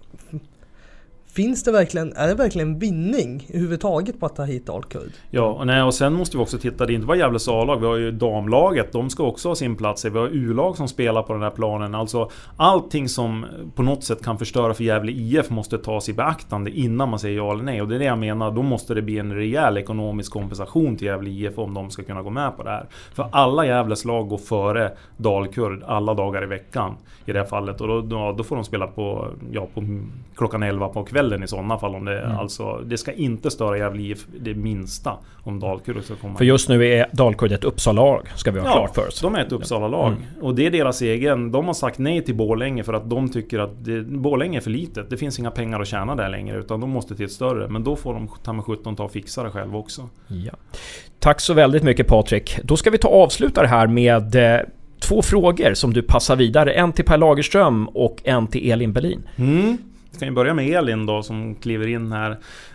finns det verkligen, är det verkligen vinning överhuvudtaget på att ta hit Dalkurd? Ja, och, nej, och sen måste vi också titta, det är inte bara Gävles A-lag, vi har ju damlaget, de ska också ha sin plats. Vi har U-lag som spelar på den här planen. Alltså allting som på något sätt kan förstöra för Gävle I F måste tas i beaktande innan man säger ja eller nej. Och det är det jag menar, då måste det bli en rejäl ekonomisk kompensation till Gävle I F om de ska kunna gå med på det här. För alla Gävles lag går före Dalkurd alla dagar i veckan i det här fallet. Och då, då, då får de spela på, ja, på klockan elva på kvällen i sådana fall. Om det, mm. alltså, det ska inte störa Gävle I F det minsta om Dalkurd ska komma. För just nu är Dalkurd ett Uppsala-lag, ska vi ha ja, klart för oss. De är ett Uppsala-lag. Mm. Och det är deras egen. De har sagt nej till Borlänge för att de tycker att det, Borlänge är för litet. Det finns inga pengar att tjäna där längre, utan de måste till ett större. Men då får de ta med sjutton ta och fixa det själv också. Ja. Tack så väldigt mycket, Patrik. Då ska vi ta avsluta det här med eh, två frågor som du passar vidare. En till Per Lagerström och en till Elin Berlin. Mm. Vi kan ju börja med Elin då som kliver in här.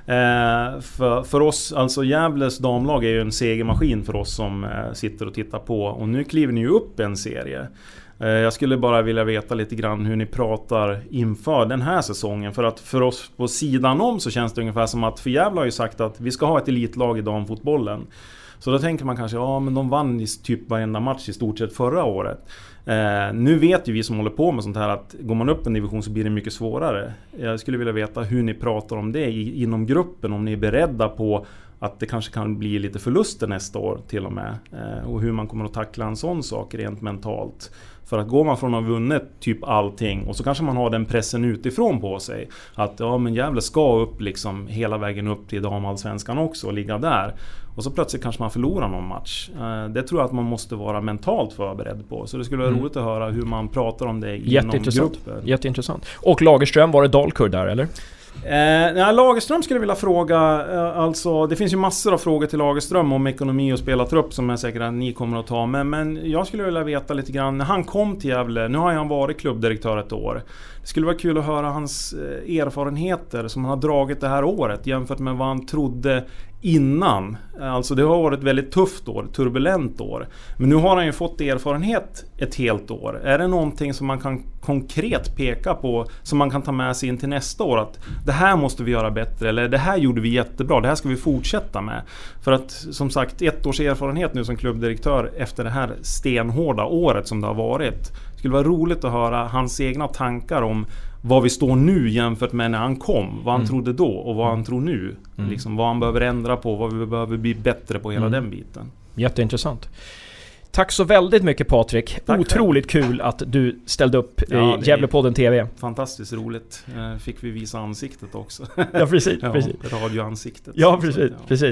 Eh, för, för oss, alltså Gävles damlag är ju en segermaskin för oss som eh, sitter och tittar på. Och nu kliver ni ju upp en serie. Eh, jag skulle bara vilja veta lite grann hur ni pratar inför den här säsongen. För att för oss på sidan om så känns det ungefär som att, för Gävle har ju sagt att vi ska ha ett elitlag i damfotbollen. Så då tänker man kanske, ja men de vann i typ varenda match i stort sett förra året. Eh, nu vet ju vi som håller på med sånt här att går man upp en division så blir det mycket svårare. Jag skulle vilja veta hur ni pratar om det i, inom gruppen, om ni är beredda på att det kanske kan bli lite förluster nästa år till och med. Eh, och hur man kommer att tackla en sån sak rent mentalt. För att går man från att ha vunnit typ allting och så kanske man har den pressen utifrån på sig. Att ja men Gävle ska upp liksom hela vägen upp till damallsvenskan också och ligga där. Och så plötsligt kanske man förlorar någon match. Det tror jag att man måste vara mentalt förberedd på. Så det skulle vara mm. roligt att höra hur man pratar om det inom gruppen. Jätteintressant. Och Lagerström, var det Dalkurd där eller? Eh, nej, Lagerström skulle jag vilja fråga, eh, alltså det finns ju massor av frågor till Lagerström om ekonomi och spelartrupp som jag säkert att ni kommer att ta med, men jag skulle vilja veta lite grann, när han kom till Gävle, nu har han varit klubbdirektör ett år, det skulle vara kul att höra hans eh, erfarenheter som han har dragit det här året jämfört med vad han trodde innan. Alltså det har varit ett väldigt tufft år, turbulent år. Men nu har han ju fått erfarenhet ett helt år. Är det någonting som man kan konkret peka på som man kan ta med sig in till nästa år? Att det här måste vi göra bättre, eller det här gjorde vi jättebra, det här ska vi fortsätta med. För att som sagt, ett års erfarenhet nu som klubbdirektör efter det här stenhårda året som det har varit. Det skulle vara roligt att höra hans egna tankar om vad vi står nu jämfört med när han kom. Vad han mm. trodde då och vad han tror nu. Mm. Liksom, vad han behöver ändra på, vad vi behöver bli bättre på hela mm. den biten. Jätteintressant. Tack så väldigt mycket Patrik. Tack. Otroligt kul att du ställde upp ja, i Gävlepodden T V. Fantastiskt roligt. Fick vi visa ansiktet också. Ja, precis. ja, precis. Radioansiktet. Ja, precis. Så, ja. precis.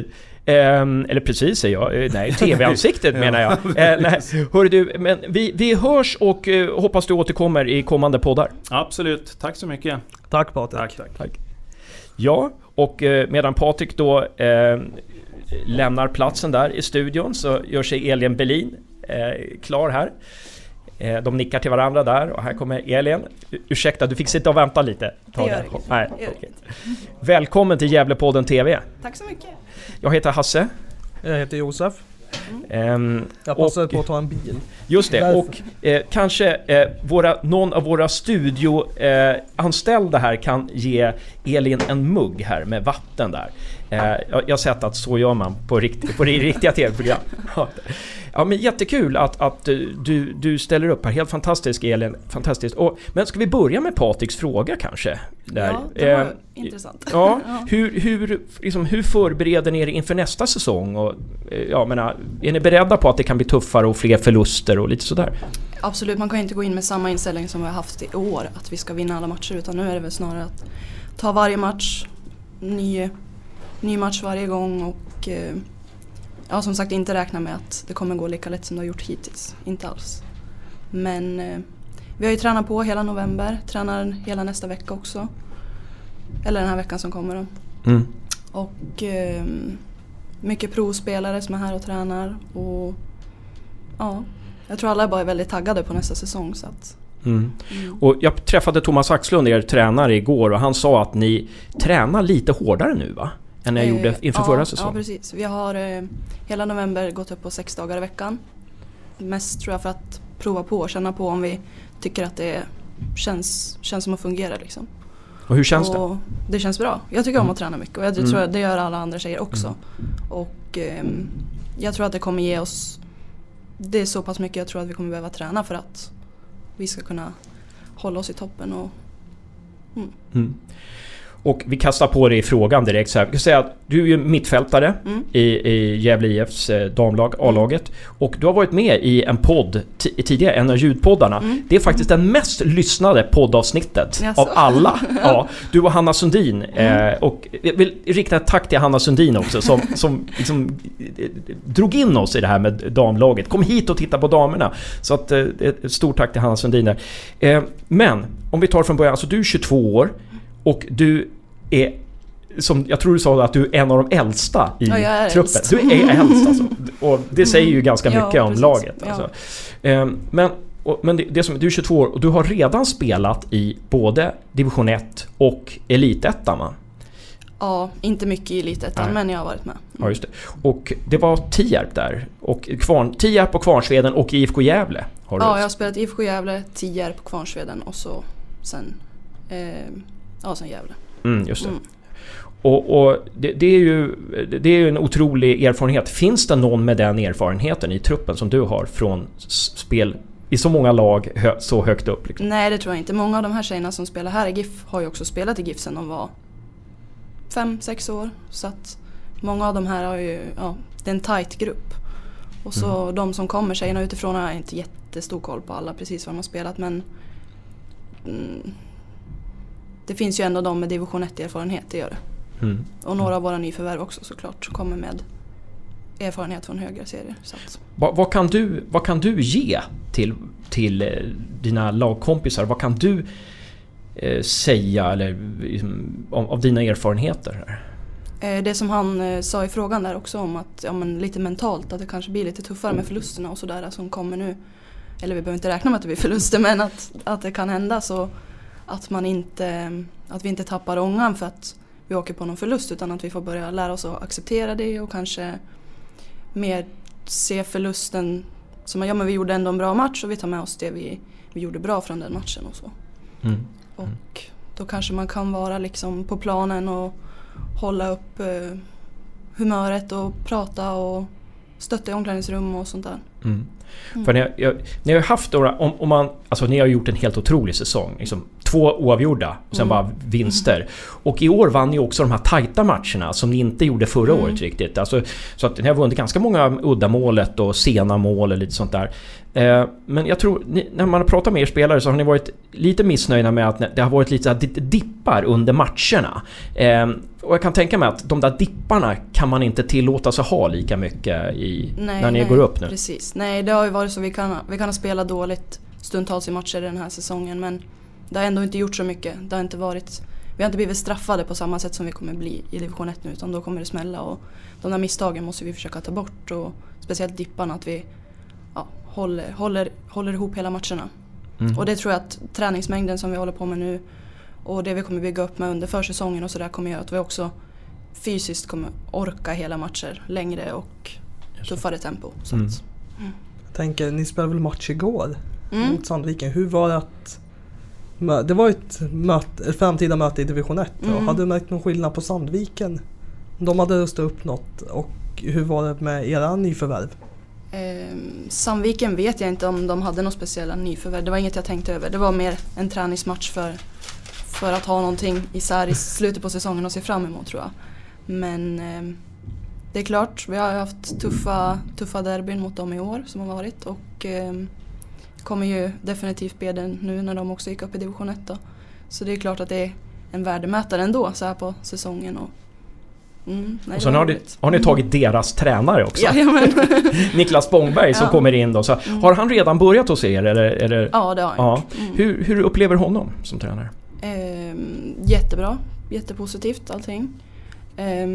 Um, eller precis säger jag. Nej, T V-ansiktet ja. menar jag. Uh, nej. Hör du, men vi, vi hörs och uh, hoppas du återkommer i kommande poddar. Absolut. Tack så mycket. Tack Patrik. Tack, tack. tack. Ja, och uh, medan Patrik då uh, lämnar platsen där i studion så gör sig Elin Berlin eh, klar här. Eh, de nickar till varandra där och här kommer Elin. U- ursäkta, du fick sitta och vänta lite. Ta det gör det. Nej, okay. Välkommen till Gävlepodden T V. Tack så mycket. Jag heter Hasse. Jag heter Josef. Mm. Um, jag passade på att ta en bil. Just det, Därför. och eh, kanske eh, våra, någon av våra studioanställda eh, här kan ge Elin en mugg här med vatten där. Eh, jag, jag har sett att så gör man på, rikt, på det riktiga T V-program. Ja, men jättekul att, att du, du ställer upp här. Helt fantastisk Elin, fantastiskt. Och, men ska vi börja med Patriks fråga kanske? Där. Ja, det var eh, intressant. Ja, ja. Hur, hur, liksom, hur förbereder ni er inför nästa säsong? Och, ja, menar, är ni beredda på att det kan bli tuffare och fler förluster och lite sådär? Absolut, man kan inte gå in med samma inställning som vi har haft i år, att vi ska vinna alla matcher, utan nu är det väl snarare att ta varje match, ny, ny match varje gång och eh, ja, som sagt inte räkna med att det kommer gå lika lätt som det har gjort hittills, inte alls. Men eh, vi har ju tränat på hela november, tränar hela nästa vecka också. Eller den här veckan som kommer då. Mm. Och eh, mycket provspelare som är här och tränar. Och ja, jag tror alla är bara väldigt taggade på nästa säsong. Så att, mm. Mm. Och jag träffade Thomas Axlund, er tränare, igår. Och han sa att ni tränar lite hårdare nu, va? Än ni eh, gjorde inför ja, förra säsongen. Ja, precis. Vi har eh, hela november gått upp på sex dagar i veckan. Mest tror jag för att prova på och känna på om vi tycker att det känns, känns som att fungera liksom. Och hur känns och det? Det känns bra. Jag tycker mm. om att träna mycket och jag mm. tror att det gör alla andra tjejer också. Mm. Och eh, jag tror att det kommer ge oss, det är så pass mycket jag tror att vi kommer behöva träna för att vi ska kunna hålla oss i toppen. Och, mm. Mm. Och vi kastar på dig i frågan direkt så här. Vi kan säga att du är ju mittfältare mm. i, i Gävle I F:s damlag, A-laget. Och du har varit med i en podd t- tidigare, en av ljudpoddarna. Mm. Det är faktiskt den mest lyssnade poddavsnittet Jaså. av alla. Ja, du och Hanna Sundin. Mm. Eh, och jag vill rikta ett tack till Hanna Sundin också som, som liksom, eh, drog in oss i det här med damlaget. Kom hit och titta på damerna. Så att, eh, ett stort tack till Hanna Sundin där. Eh, men om vi tar från början, alltså du är tjugotvå år och du är, som jag tror du sa att du är en av de äldsta i ja, truppen. Äldst. Du är äldst alltså. Och det säger ju ganska mycket ja, om precis. laget. Ja. Alltså. Men och, men det, det som, du är tjugotvå år och du har redan spelat i både division ett och elitettan, va? Ja, inte mycket i elitettan, men jag har varit med. Mm. Ja, just det. Och det var Tierp där. Och Kvarn, Tierp och Kvarnsveden och I F K Gävle. Har du ja, det? jag har spelat I F K Gävle, Tierp, Kvarnsveden och så sen, eh, ja, sen Gävle. Mm, just det. Mm. Och, och det, det, är ju, det är ju en otrolig erfarenhet. Finns det någon med den erfarenheten i truppen som du har från spel i så många lag hö, så högt upp? Liksom? Nej, det tror jag inte. Många av de här tjejerna som spelar här i GIF har ju också spelat i GIF sedan de var fem, sex år. Så att många av de här har ju, ja, det är en tight grupp. Och så mm. de som kommer, tjejerna utifrån, har jag inte jättestor koll på alla precis vad de har spelat, men mm, det finns ju ändå de med division ett-erfarenhet, det gör det. Mm. Och några av våra nyförvärv också såklart kommer med erfarenhet från högre serier. Så att. Vad, vad, kan du, vad kan du ge till, till dina lagkompisar? Vad kan du eh, säga eller, liksom, om, av dina erfarenheter? Eh, det som han eh, sa i frågan där också om att ja, men lite mentalt, att det kanske blir lite tuffare med förlusterna och sådär som kommer nu. Eller vi behöver inte räkna med att det blir förluster, men att, att det kan hända, så att man inte, att vi inte tappar ångan för att vi åker på någon förlust, utan att vi får börja lära oss att acceptera det och kanske mer se förlusten som att ja, men vi gjorde ändå en bra match och vi tar med oss det vi, vi gjorde bra från den matchen och så. Mm. Och då kanske man kan vara liksom på planen och hålla upp eh, humöret och prata och stötta i omklädningsrum och sånt där. Mm. Mm. För ni har, jag, ni har haft några, om, om man, alltså ni har gjort en helt otrolig säsong, liksom två oavgjorda och sen mm. bara vinster. Mm. Och i år vann ni också de här tajta matcherna som ni inte gjorde förra mm. året riktigt. Alltså, så att ni har vunnit ganska många uddamålet och sena mål och lite sånt där. Eh, men jag tror, ni, när man har pratat med er spelare så har ni varit lite missnöjda med att det har varit lite så här dippar under matcherna. Eh, och jag kan tänka mig att de där dipparna kan man inte tillåta sig ha lika mycket i, nej, när ni nej, går upp nu. Precis. Nej, det har ju varit så vi kan, vi kan ha spelat dåligt stundtals i matcher den här säsongen, men det har ändå inte gjort så mycket. Det har inte varit, vi har inte blivit straffade på samma sätt som vi kommer bli i division ett nu, utan då kommer det smälla, och de där misstagen måste vi försöka ta bort, och speciellt dipparna, att vi ja, håller, håller, håller ihop hela matcherna. Mm. Och det tror jag att träningsmängden som vi håller på med nu och det vi kommer bygga upp med under försäsongen och så där kommer göra att vi också fysiskt kommer orka hela matcher längre och tuffare tempo. Så mm. att, mm. Jag tänker, ni spelade väl match igår mm. mot Sandviken. Hur var det att det var ett, möte, ett framtida möte i division ett. Mm. Hade du märkt någon skillnad på Sandviken? De hade rustat upp något, och hur var det med era nyförvärv? Eh, Sandviken vet jag inte om de hade något speciella nyförvärv. Det var inget jag tänkte över. Det var mer en träningsmatch för, för att ha någonting isär i slutet på säsongen och se fram emot, tror jag. Men eh, det är klart, vi har haft tuffa, tuffa derbyn mot dem i år som har varit, och eh, kommer ju definitivt be den nu när de också gick upp i division ett då. Så det är klart att det är en värdemätare ändå så här på säsongen. Och, mm, nej, och så har, har ni tagit deras tränare också. Jajamän. Niklas Bångberg som ja. kommer in då. Så mm. Har han redan börjat hos er? Eller, eller? Ja, det har han ja. mm. hur, hur upplever honom som tränare? Eh, jättebra. Jättepositivt allting. Eh,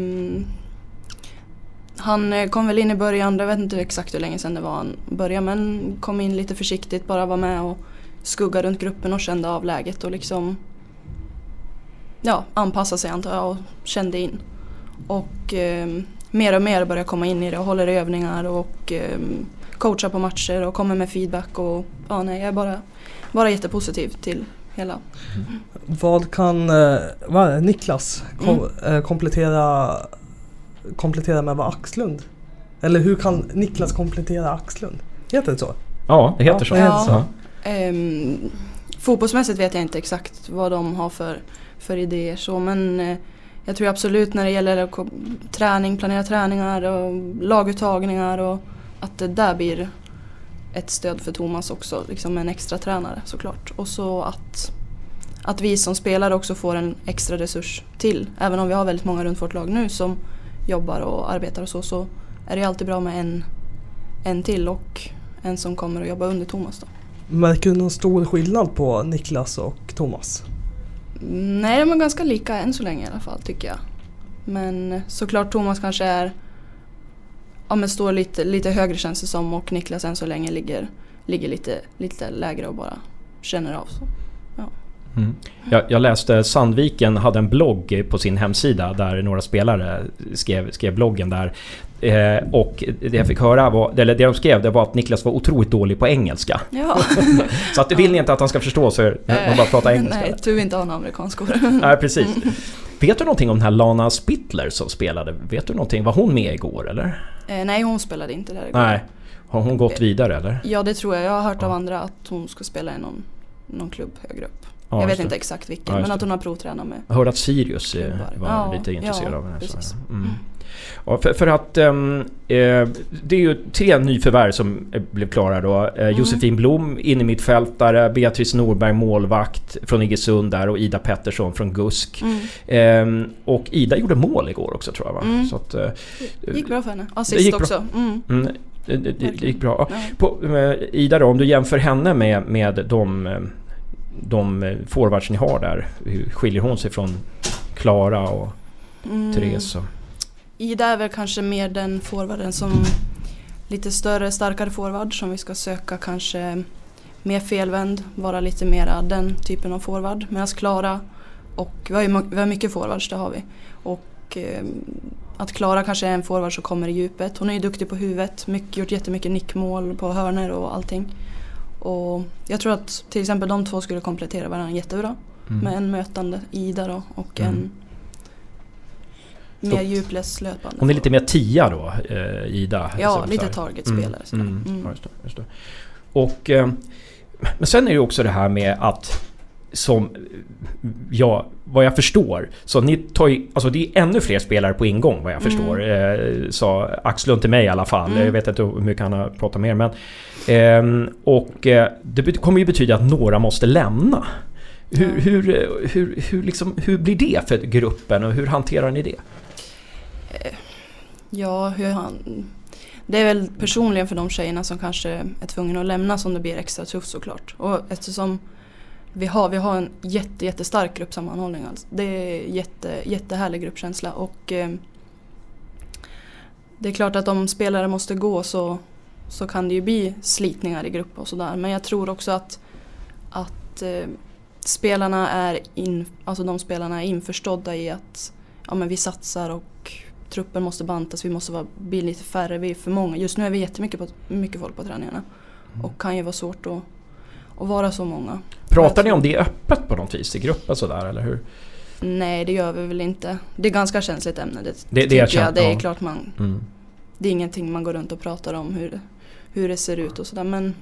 Han kom väl in i början, jag vet inte exakt hur länge sedan det var han började, men kom in lite försiktigt, bara var med och skugga runt gruppen och kände av läget och liksom ja, anpassa sig antar jag och kände in. Och eh, mer och mer började komma in i det och håller övningar och eh, coachar på matcher och kommer med feedback, och ja, nej, jag är bara, bara jättepositiv till hela. Mm. Vad kan eh, vad är det, Niklas kom, mm. eh, komplettera komplettera med vad Axlund? Eller hur kan Niklas komplettera Axlund? Heter det så? Ja, det heter ja, så. Ja. Ja. Um, fotbollsmässigt vet jag inte exakt vad de har för, för idéer så, men uh, jag tror absolut när det gäller uh, träning, planera träningar och laguttagningar, och att det där blir ett stöd för Thomas också, liksom en extra tränare såklart. Och så att att vi som spelare också får en extra resurs till, även om vi har väldigt många runt vårt lag nu som jobbar och arbetar och så, så är det alltid bra med en, en till och en som kommer att jobba under Thomas då. Märker du någon stor skillnad på Niklas och Thomas? Nej, de är ganska lika än så länge i alla fall, tycker jag. Men såklart Thomas kanske är ja, men står lite, lite högre känns det som, och Niklas än så länge ligger ligger lite, lite lägre och bara känner av. Så. Ja. Mm. Jag, jag läste Sandviken hade en blogg på sin hemsida där några spelare skrev, skrev bloggen där. Eh, och det jag fick höra var, eller det de skrev, det var att Niklas var otroligt dålig på engelska. Ja. Så att det vill ni inte att han ska förstå, så de bara pratar engelska. Nej, du inte har en amerikansk skor. Nej, precis. Vet du någonting om den här Lana Spittler som spelade? Vet du någonting? Var hon med igår eller? Eh, nej, hon spelade inte där igår. Nej. Har hon gått vidare eller? Ja, det tror jag. Jag har hört ja. av andra att hon ska spela i någon, någon klubb högre upp. Ja, jag vet inte exakt vilken, ja, men att hon har provtränat med. Jag hörde att Sirius var ja, lite intresserad ja, av den. Precis. Mm. Ja, för, för att um, eh, det är ju tre nyförvärv som blev klara då. Eh, mm. Josefin Blom, innermittfältare, Beatrice Norberg, målvakt från Iggesund där, och Ida Pettersson från Gusk. Mm. Eh, och Ida gjorde mål igår också, tror jag, va? Mm. Så att, eh, det gick bra för henne. Assist också. Mm. Mm. Det, det, det gick bra. Ja. På, eh, Ida då, om du jämför henne med, med de, de forwards ni har där, hur skiljer hon sig från Klara och mm. Therese? Och... Ida är väl kanske mer den forwarden som lite större, starkare forward som vi ska söka, kanske mer felvänd, vara lite mera den typen av forward. Medan Klara, och vi har, ju, vi har mycket forwards, det har vi. Och eh, att Klara kanske är en forward som kommer i djupet. Hon är ju duktig på huvudet, mycket, gjort jättemycket nickmål på hörner och allting. Och jag tror att till exempel de två skulle komplettera varandra jättebra. Mm. Med en mötande Ida då och mm. en mer djuplös löpande. Hon är lite mer tia då, eh, Ida. Ja, lite targetspelare. Mm. Mm. Mm. Ja, just det, just det. Och, eh, men sen är det också det här med att, som ja, vad jag förstår, så ni tar ju, alltså det är ännu fler spelare på ingång vad jag förstår, mm. eh, sa Axlund till mig i alla fall. Mm. Jag vet inte hur mycket han har pratat mer, men eh, och eh, det kommer ju betyda att några måste lämna. Hur, mm. hur, hur, hur, liksom, hur blir det för gruppen och hur hanterar ni det? Ja, hur han... Det är väl personligen för de tjejerna som kanske är tvungna att lämna som det blir extra tufft såklart. Och eftersom vi har, vi har en jätte, jättestark gruppsammanhållning. Alltså. Det är jätte, jättehärlig gruppkänsla. Och eh, det är klart att om spelare måste gå så, så kan det ju bli slitningar i grupp och sådär. Men jag tror också att, att eh, spelarna är in, alltså de spelarna är införstådda i att ja, men vi satsar och truppen måste bantas, vi måste vara, bli lite färre, vi är för många. Just nu är vi jättemycket på, mycket folk på träningarna. Mm. Och kan ju vara svårt att, att vara så många. Pratar ni om det öppet på något vis i gruppen sådär, eller hur? Nej, det gör vi väl inte. Det är ganska känsligt ämne. Det, det, det, jag jag. Känt, det är ja. klart man... Mm. Det är ingenting man går runt och pratar om hur, hur det ser ut och sådär. Men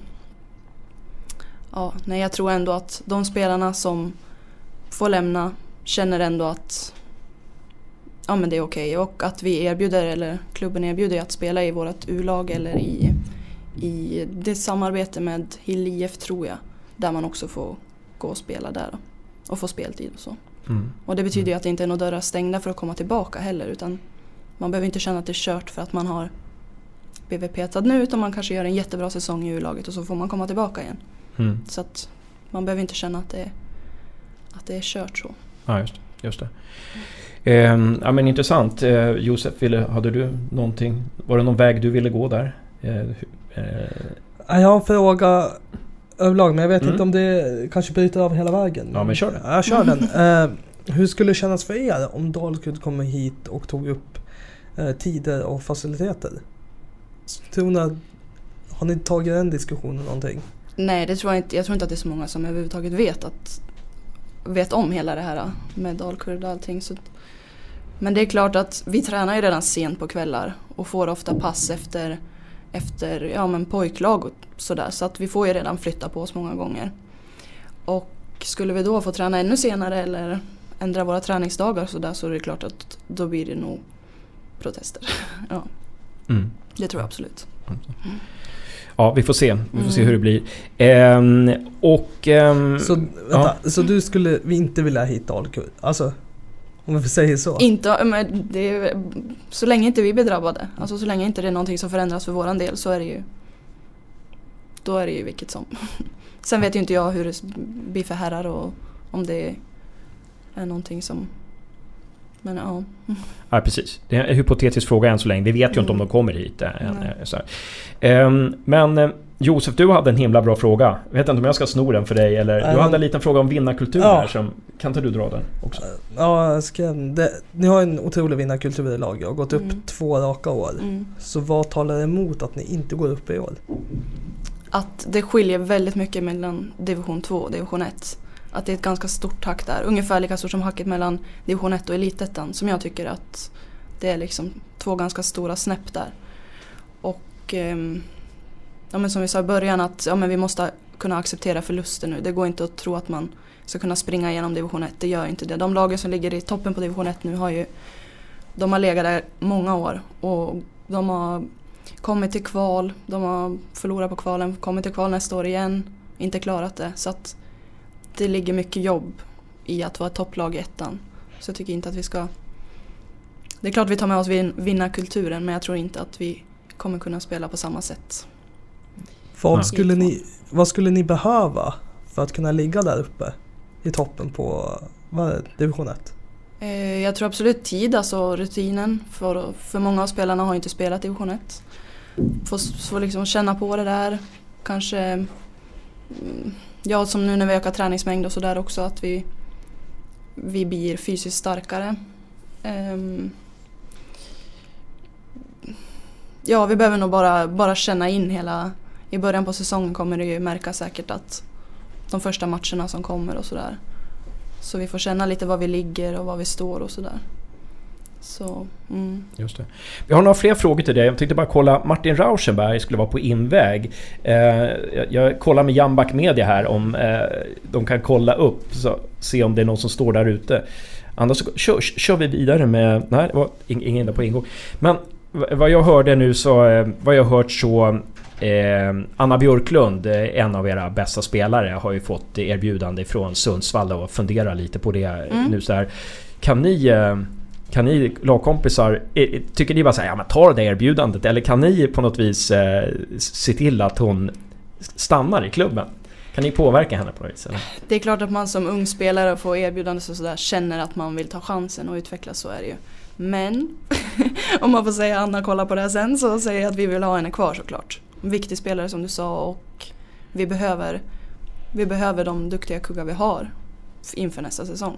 ja, nej, jag tror ändå att de spelarna som får lämna känner ändå att ja, men det är okej. Och att vi erbjuder, eller klubben erbjuder att spela i vårt U-lag eller i, i det samarbete med Hill I F, tror jag. Där man också får gå och spela där då, och få speltid och så. Mm. Och det betyder ju att det inte är några dörrar stängda för att komma tillbaka heller, utan man behöver inte känna att det är kört för att man har blivit petad nu, utan man kanske gör en jättebra säsong i U-laget och så får man komma tillbaka igen. Mm. Så att man behöver inte känna att det är, att det är kört så. Ja, just, just det. Eh, ja, men intressant. Eh, Josef, ville, hade du någonting, var det någon väg du ville gå där? Eh, eh. Jag har en fråga överlag, men jag vet mm. inte om det kanske bryter av hela vägen. Ja, men kör den. Jag kör den. Eh, hur skulle det kännas för er om Dalkurd kommer hit och tog upp eh, tider och faciliteter? Tror ni, har ni tagit den diskussionen någonting? Nej, det tror jag inte. Jag tror inte att det är så många som överhuvudtaget vet att vet om hela det här med Dalkurd och allting. Så. Men det är klart att vi tränar ju redan sent på kvällar och får ofta pass efter, efter ja, men pojklag och sådär. Så att vi får ju redan flytta på oss många gånger. Och skulle vi då få träna ännu senare eller ändra våra träningsdagar så där, så är det klart att då blir det nog protester. Ja. Mm. Det tror jag absolut. Mm. Ja, vi får se. Vi får mm. se hur det blir. Ehm, och... Ehm, så, vänta, ja. så du skulle vi inte vilja hit Dalkurd? Alltså, om vi får säga så. Inte, men det är, så länge inte vi blir drabbade. Alltså så länge inte det är någonting som förändras för våran del, så är det ju... Då är det ju vilket som. Sen vet ju inte jag hur det blir för herrar och om det är någonting som... Men ja. Ja, precis. Det är en hypotetisk fråga än så länge. Vi vet ju mm. inte om de kommer hit. Än, så här. Um, men Josef, du hade en himla bra fråga. Jag vet inte om jag ska sno den för dig eller Nej, du hade men... en liten fråga om vinnarkultur ja. här som, kan inte du dra den också? Ja, jag ska, det, ni har en otrolig vinnarkultur i lag. Jag har gått upp Mm. två raka år. Mm. Så vad talar emot att ni inte går upp i år? Att det skiljer väldigt mycket mellan division två och division ett. Att det är ett ganska stort hack där. Ungefär lika stort som hacket mellan division ett och elitettan. Som jag tycker att det är liksom två ganska stora snäpp där. Och ehm, ja, men som vi sa i början att ja, men vi måste kunna acceptera förluster nu. Det går inte att tro att man ska kunna springa igenom division ett. Det gör inte det. De lagen som ligger i toppen på division ett nu har ju de har legat där många år. Och de har kommit till kval. De har förlorat på kvalen. Kommit till kval nästa år igen. Inte klarat det. Så att det ligger mycket jobb i att vara ett topplag i ettan. Så jag tycker inte att vi ska... Det är klart vi tar med oss vin- vinnarkulturen. Men jag tror inte att vi kommer kunna spela på samma sätt. Vad, Ja. skulle ni, vad skulle ni behöva för att kunna ligga där uppe i toppen på vad är det, division ett? Eh, jag tror absolut tid, alltså rutinen. För, för många av spelarna har inte spelat division ett. Få, få liksom känna på det där. Kanske... Mm, ja, som nu när vi ökar träningsmängd och sådär också. Att vi, vi blir fysiskt starkare. Um, ja, vi behöver nog bara, bara känna in hela... I början på säsongen kommer det ju märka säkert att de första matcherna som kommer och sådär. Så vi får känna lite var vi ligger och var vi står och sådär. Så, mm. Just det. Vi har några fler frågor till dig. Jag tänkte bara kolla. Martin Rauschenberg skulle vara på inväg. Eh, jag, jag kollar med Jambak Media här om eh, de kan kolla upp så se om det är någon som står där ute. Annars så kör, kör vi vidare med... Nej, det var ingen där på ingång. Men vad jag hörde nu så... Eh, vad jag hört så... Eh, Anna Björklund, en av era bästa spelare, har ju fått erbjudande från Sundsvall och funderar lite på det mm. nu så här. Kan ni... Eh, Kan ni lagkompisar, tycker ni bara säga ja men ta det erbjudandet, eller kan ni på något vis eh, se till att hon stannar i klubben? Kan ni påverka henne på något vis? Eller? Det är klart att man som ung spelare får erbjudande så sådär känner att man vill ta chansen och utvecklas, så är det ju. Men om man får säga Anna kolla på det här sen, så säger jag att vi vill ha henne kvar såklart. En viktig spelare som du sa, och vi behöver vi behöver de duktiga kuggar vi har inför nästa säsong.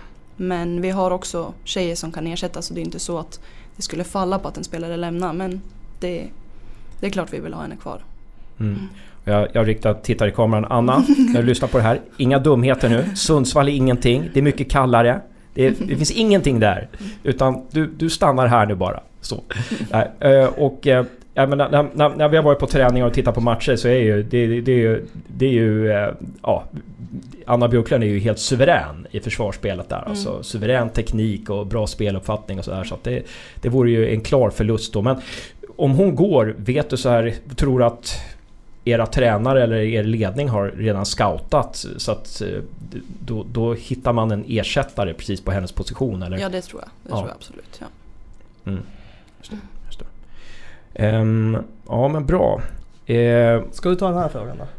Men vi har också tjejer som kan ersätta, så det är inte så att det skulle falla på att en spelare lämnar. Men det, det är klart vi vill ha henne kvar. Mm. Jag, jag riktar tittar i kameran. Anna, när du lyssnar på det här, inga dumheter nu. Sundsvall är ingenting. Det är mycket kallare. Det, är, det finns ingenting där. Utan du, du stannar här nu bara. Så. Äh, och... Jag menar, när, när, när vi har varit på träningar och tittat på matcher så är ju det, det, det är ju, det är ju ja, Anna Björklund är ju helt suverän i försvarsspelet där. Mm. Alltså suverän teknik och bra speluppfattning och så där, så att det, det vore ju en klar förlust då. Men om hon går, vet du så här, tror att era tränare eller er ledning har redan scoutat så att då, då hittar man en ersättare precis på hennes position, eller? Ja, det tror jag. Det ja. tror jag absolut, ja. Mm. Just det, just det. Um, ja, men bra. Uh, Ska du ta den här frågan då?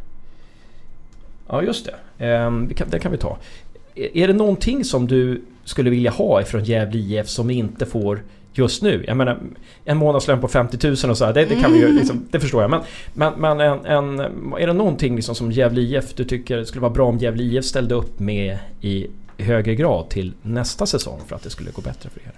Ja, just det. Um, det, kan, det kan vi ta. Är, är det någonting som du skulle vilja ha ifrån Gävle I F som vi inte får just nu? Jag menar, en månadslön på femtio tusen och så här, det, det kan vi ju liksom, det förstår jag. Men, men, men en, en, är det någonting liksom som Gävle I F du tycker skulle vara bra om Gävle I F ställde upp med i högre grad till nästa säsong för att det skulle gå bättre för er?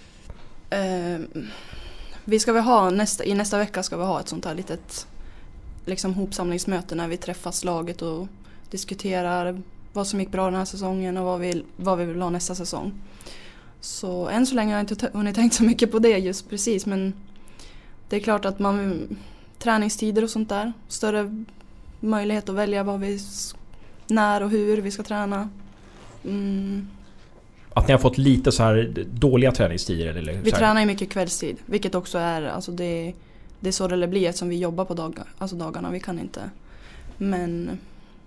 Uh, vi ska väl ha nästa, i nästa vecka ska vi ha ett sånt här litet liksom hopsamlingsmöte när vi träffas laget och diskuterar vad som gick bra den här säsongen och vad vi, vad vi vill ha nästa säsong. Så än så länge har jag inte hunnit tänkt så mycket på det just precis, men det är klart att man träningstider och sånt där, större möjlighet att välja vad vi, när och hur vi ska träna. Mm. Att ni har fått lite så här dåliga träningstider eller vi tränar ju mycket kvällstid, vilket också är alltså det, det är så det blir eftersom vi jobbar på dagar, alltså dagarna, vi kan inte. Men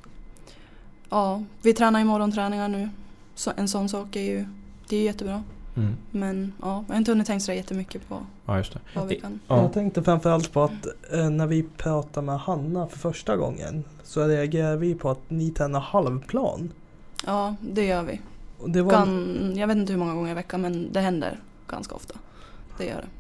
ja, vi tränar ju morgonträningar nu. Så en sån sak är ju det är jättebra. Mm. Men ja, jag har inte hunnit tänka så jättemycket på ja, just det. vad vi kan. Ja. Jag tänkte framförallt på att eh, när vi pratar med Hanna för första gången så reagerar vi på att ni tränar halvplan. Ja, det gör vi. Och det var... kan, jag vet inte hur många gånger i veckan, men det händer ganska ofta. Det gör det.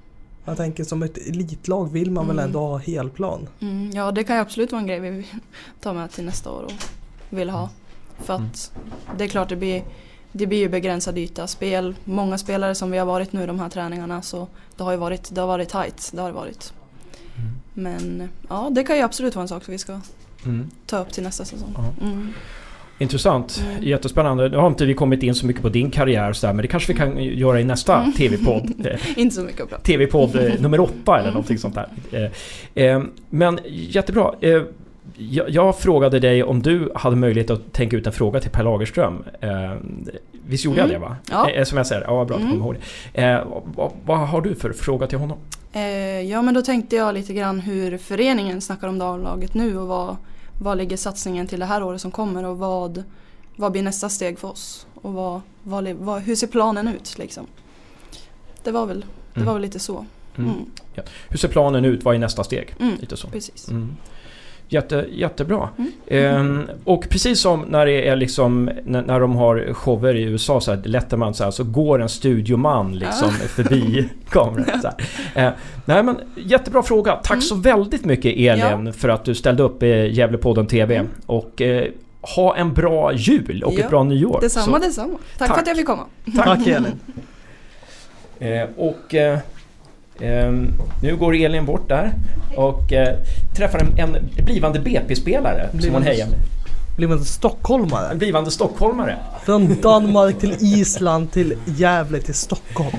Jag tänker som ett elitlag vill man mm. väl ändå ha helplan. Mm, ja, det kan ju absolut vara en grej vi tar med till nästa år och vill ha. För att mm. det är klart det blir, det blir ju begränsad yta. Spel, många spelare som vi har varit nu de här träningarna, så det har ju varit, det har varit tight. Det har det varit. Mm. Men ja, det kan ju absolut vara en sak som vi ska mm. ta upp till nästa säsong. Mm. Intressant, mm. jättespännande. Nu har inte vi kommit in så mycket på din karriär så där, men det kanske vi kan göra i nästa mm. tv-podd. Inte så mycket att prata. tv-podd eh, nummer åtta eller mm. någonting sånt där. Eh, eh, men jättebra. Eh, jag, jag frågade dig om du hade möjlighet att tänka ut en fråga till Per Lagerström. Eh, visst gjorde mm. jag det, va? Ja. Eh, som jag säger, ja, bra att mm. komma ihåg det. Eh, vad, vad har du för fråga till honom? Eh, ja, men då tänkte jag lite grann hur föreningen snackar om damlaget nu och vad Vad ligger satsningen till det här året som kommer och vad, vad blir nästa steg för oss? Och vad, vad, vad, hur ser planen ut liksom? Det var väl, det var väl lite så. Mm. Mm. Ja. Hur ser planen ut? Vad är nästa steg? Mm. Lite så. Precis. Mm. Jätte, jättebra. Mm. Ehm, och precis som när det är liksom när, när de har shower i U S A så här, Letterman så här, så går en studioman liksom ja. förbi kameran så här. Ehm, nej men jättebra fråga. Tack mm. så väldigt mycket Elin ja. för att du ställde upp i Gävlepodden T V mm. och eh, ha en bra jul och ja. ett bra nyår. Detsamma, så. detsamma. Tack, tack för att jag fick komma. Tack, tack Elin. Ehm, och eh, Um, nu går Elin bort där och uh, träffar en, en blivande B P-spelare blivande, som hon hejar med. Blivande stockholmare. En blivande stockholmare. Från Danmark till Island till Gävle till Stockholm.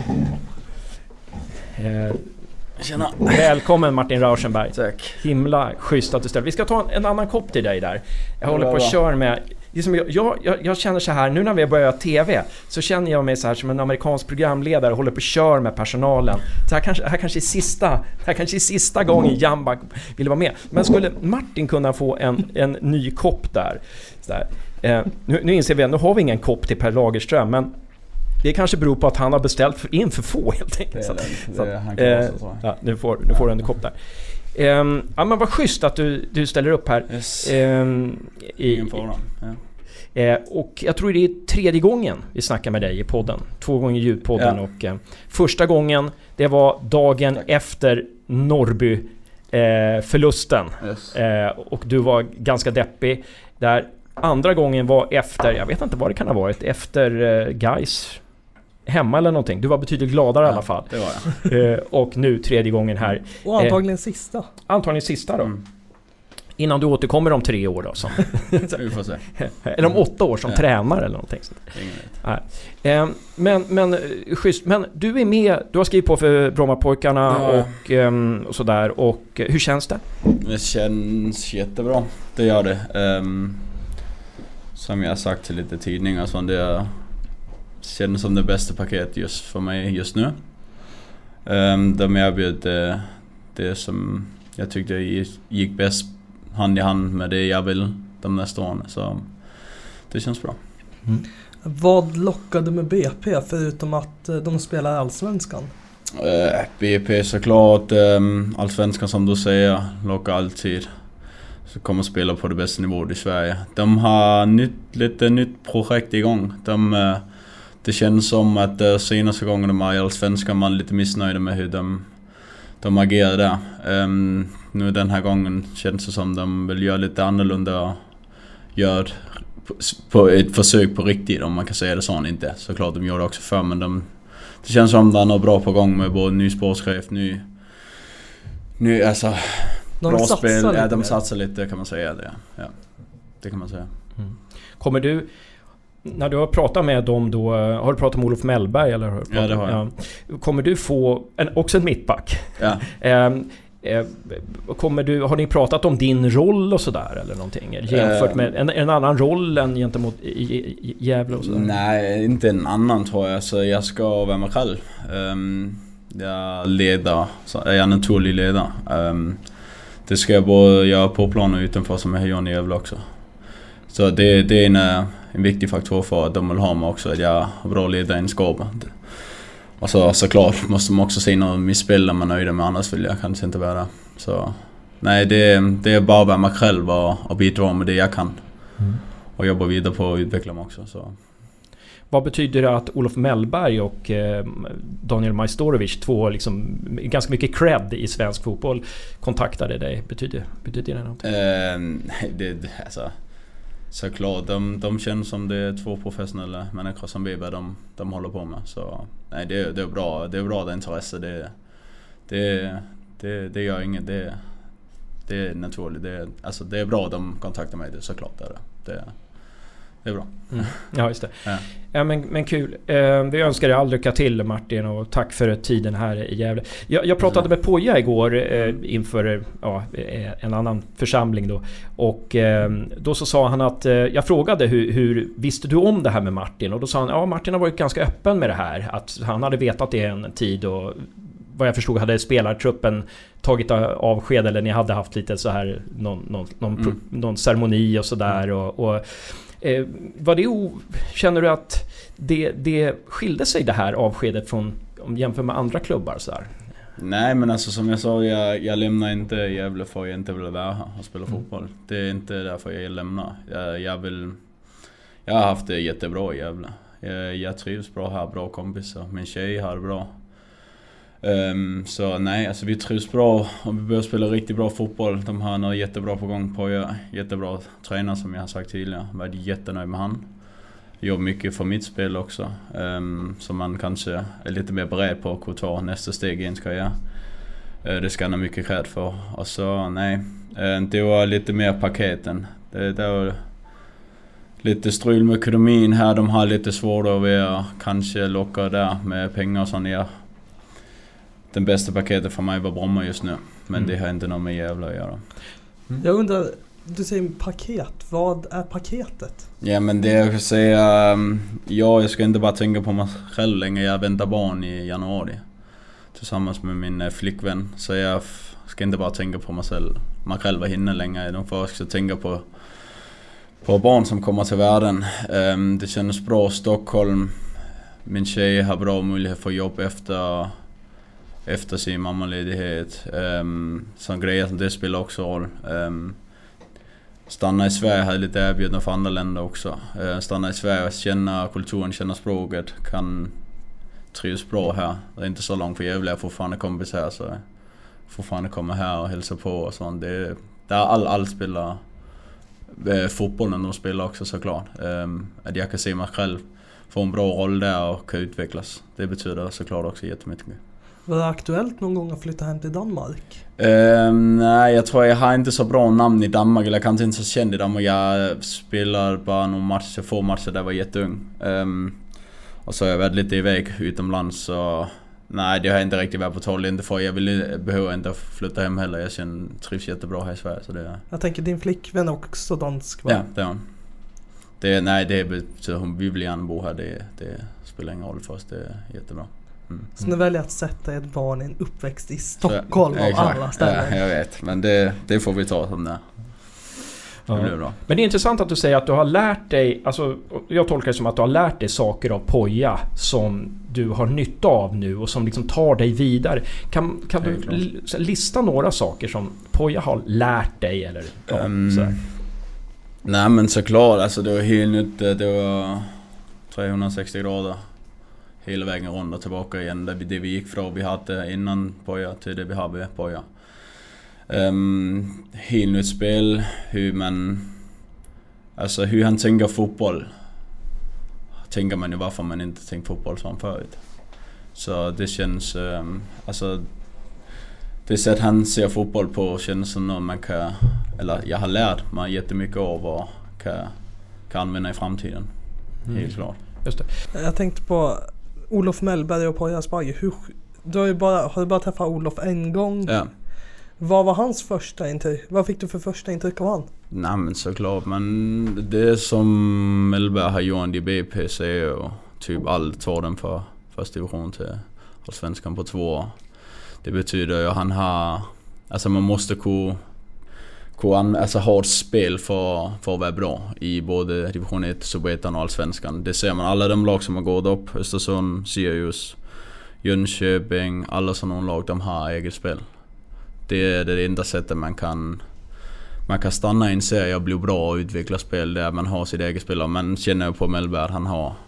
Uh, Tjena. Välkommen Martin Rauschenberg. Tack. Himla schysst att du ställer. Vi ska ta en, en annan kopp till dig där. Jag håller på att köra med... Liksom jag, jag, jag känner så här, nu när vi börjar T V så känner jag mig så här som en amerikansk programledare och håller på att köra med personalen. Så här kanske, här kanske är sista, här kanske är sista gången Jamba vill vara med. Men skulle Martin kunna få en, en ny kopp där? Så där. Eh, nu, nu inser vi att nu har vi ingen kopp till Per Lagerström, men det kanske beror på att han har beställt för, in för få helt enkelt. Så, det, så, det, han kan eh, så. Ja, nu får, nu får du en kopp där. Um, ja, men vad schysst att du, du ställer upp här. Yes. Um, i, Ingen fara. Ja. Uh, och jag tror det är tredje gången vi snackar med dig i podden. Två gånger ljudpodden. Ja. Och, uh, första gången det var dagen Tack. efter Norrby uh, förlusten. Yes. Uh, och du var ganska deppig. Där andra gången var efter, jag vet inte vad det kan ha varit, efter uh, Gais hemma eller någonting. Du var betydligt gladare ja, i alla fall. Det var jag. uh, och nu tredje gången här. Och antagligen uh, sista. Antagligen sista då. Mm. Innan du återkommer om tre år då. Som vi får se. Eller om åtta år som ja. tränare eller någonting. Ingen vet. Uh, men, men, schysst. Men du är med, du har skrivit på för Brommapojkarna ja. och, um, och sådär. Och uh, hur känns det? Det känns jättebra. Det gör det. Um, som jag har sagt till lite tidningar så det är känns som det bästa paket just för mig just nu. Um, de erbjöd det, det som jag tyckte gick bäst hand i hand med det jag vill de nästa åren. Så det känns bra. Mm. Vad lockade med B P förutom att de spelar Allsvenskan? Uh, B P såklart. Um, Allsvenskan som du säger lockar alltid. Så kommer spela på det bästa nivån i Sverige. De har nytt, lite nytt projekt igång. De... Uh, Det känns som att uh, senaste gången de är i Allsvenskan man är lite missnöjda med hur de, de agerar där. Um, nu den här gången känns det som de vill göra lite annorlunda och gör på, på ett försök på riktigt, om man kan säga det så. Inte såklart de gör det också för, men de, det känns som att de är bra på gång med både ny sportchef, ny, ny alltså, de bra spel. Ja, de mer. satsar lite kan man säga det. Ja, det kan man säga. Mm. Kommer du... När du har pratat med dem då, har du pratat med Olof Mellberg eller? Har du ja, det har jag. Ja. Kommer du få, en, också en mittback? Ja. eh, eh, kommer du, har ni pratat om din roll och sådär eller någonting? Jämfört med en, en annan roll än gentemot i, i, Gävle och sådär? Nej, inte en annan tror jag. Så jag ska vara mig själv. Um, jag leder, så jag är en naturlig ledare. Um, det ska jag både göra på plan och utanför som jag gör i Gävle också. Så det, det är en, en viktig faktor för att de vill ha mig också, att jag har bra ledaregenskaper. Och så såklart måste man också se några misspel där man är nöjd med, annars vill jag kanske inte vara där. Så nej, det, det är bara att vara mig själv och, och bidra med det jag kan. Mm. Och jobba vidare på att utveckla mig också. Så. vad betyder det att Olof Mellberg och eh, Daniel Majstorovic, två liksom ganska mycket cred i svensk fotboll, kontaktade dig? Betyder, betyder det något? Eh, det, alltså, såklart, de, de känns som det är två professionella människor som vi de, de håller på med. Så nej, det, det är bra, det är bra det intresse. Det, det, det, det gör inget, det, det är naturligt. Det, alltså, det är bra de kontaktar mig, det, såklart. Det, det, det är bra. Mm. Ja, just det. Ja. Ja, men, men kul. Eh, vi önskar dig all lycka till, Martin, och tack för tiden här i Gävle. Jag, jag pratade med Poja igår eh, inför ja, en annan församling då. Och eh, då så sa han att, eh, jag frågade hur, hur visste du om det här med Martin? Och då sa han, ja, Martin har varit ganska öppen med det här. Att han hade vetat det en tid, och vad jag förstod hade spelartruppen tagit avsked, eller ni hade haft lite så här någon, någon, någon, mm. någon ceremoni och sådär. Mm. Och, och Eh, var det o- känner du att det, det skilde sig, det här avskedet, från om jämför med andra klubbar så där? Nej, men alltså som jag sa, jag, jag lämnar inte Gävle för jag inte vill vara här och spela mm. fotboll. Det är inte därför jag lämnar. Jag, jag vill jag har haft det jättebra i Gävle. Jag, jag trivs bra här, bra kompisar. Min tjej har det bra. Um, så nej, alltså vi trivs bra och vi börjar spela riktigt bra fotboll. De har något jättebra på gång på jag, jättebra tränare som jag har sagt tidigare. Jag är jättenöjd med han. Jobbar mycket för mitt spel också, um, så man kanske är lite mer beredd på att ta nästa steg i en karriär. Uh, det ska han ha mycket cred för. Och så nej, uh, det var lite mer paketen. Det, det var lite strul med ekonomin här, de har lite svårt att vara kanske locka där med pengar och sånt. Ja. Den bästa paketet för mig var Bromma just nu. Men mm. det har inte något med Gävle att göra. Mm. Jag undrar, du säger paket. Vad är paketet? Ja, men det jag ska säga, ja, jag ska inte bara tänka på mig själv längre. Jag väntar barn i januari tillsammans med min flickvän. Så jag ska inte bara tänka på mig själv. Man själv hinner längre. De får också tänka på, på barn som kommer till världen. Det känns bra. Stockholm. Min tjej har bra möjlighet för jobb efter... efter sin mammaledighet. Um, sån grejer som det spelar också roll. Um, stanna i Sverige hade lite erbjudanden för andra länder också. Uh, stanna i Sverige, känna kulturen, känna språket, kan trivas bra här. Det är inte så långt för Gävle, jag fortfarande kompis här, så fortfarande kommer här och hälsa på och sånt. Det, det är all, all spelar uh, fotbollen de spelar också, såklart. Um, att jag kan se mig själv få en bra roll där och kan utvecklas. Det betyder såklart också jättemycket. Var det aktuellt någon gång att flytta hem till Danmark? Uh, nej, jag tror jag har inte så bra namn i Danmark. Eller jag kan inte så känd i Danmark. Jag spelar bara några matcher, få matcher där jag var jätteung. Um, och så har jag varit lite iväg utomlands. Så nej, det har jag inte riktigt varit på tal. Inte för jag vill, behöver inte flytta hem heller. Jag känner, trivs jättebra här i Sverige. Så det, jag tänker din flickvän är också dansk, va? Ja, det är hon. Det, nej, det betyder hon vill gärna bo här. Det, det spelar ingen roll för oss. Det är jättebra. Mm. Så nu väljer att sätta ett barn i en uppväxt i Stockholm så, av exakt. alla ställen. Ja, jag vet, men det, det får vi ta som det. Det blir bra. Men det är intressant att du säger att du har lärt dig, alltså jag tolkar det som att du har lärt dig saker av Poja som du har nytta av nu och som liksom tar dig vidare. Kan, kan du l- lista några saker som Poja har lärt dig eller ja, um, så här? Nej, men såklart, alltså det var helt nytt, det var trehundrasextio grader hela vägen runt och tillbaka igen. Det, det vi gick från vi hade innan Poja till det vi har med Poja. Um, helt nytt spel, hur man, alltså hur han tänker fotboll. Tänker man ju varför man inte tänkt fotboll som förut. Så det känns, um, alltså det sätt han ser fotboll på känns som något man kan, eller jag har lärt mig jättemycket av och kan, kan använda i framtiden. Mm. Helt klart. Just det. Jag tänkte på Olof Mellberg och Poja Asbaghi. Hur, du har ju bara, har du bara träffat Olof en gång? Ja. Vad var hans första intryck? Vad fick du för första intryck av han? Nej, men såklart, men det som Mellberg har gjort i B P C och typ allt tar den för första division till Allsvenskan på två år. Det betyder ju att han har, alltså man måste kunna alltså ha ett spel för, för att vara bra i både division ett, Superettan och Allsvenskan. Det ser man, alla de lag som har gått upp, Östersund, Sirius, Jönköping, alla sådana lag, de har eget spel. Det är det enda sättet man kan man kan stanna i en serie och bli bra och utveckla spel där man har sitt eget spel. Man känner på Mellberg att han har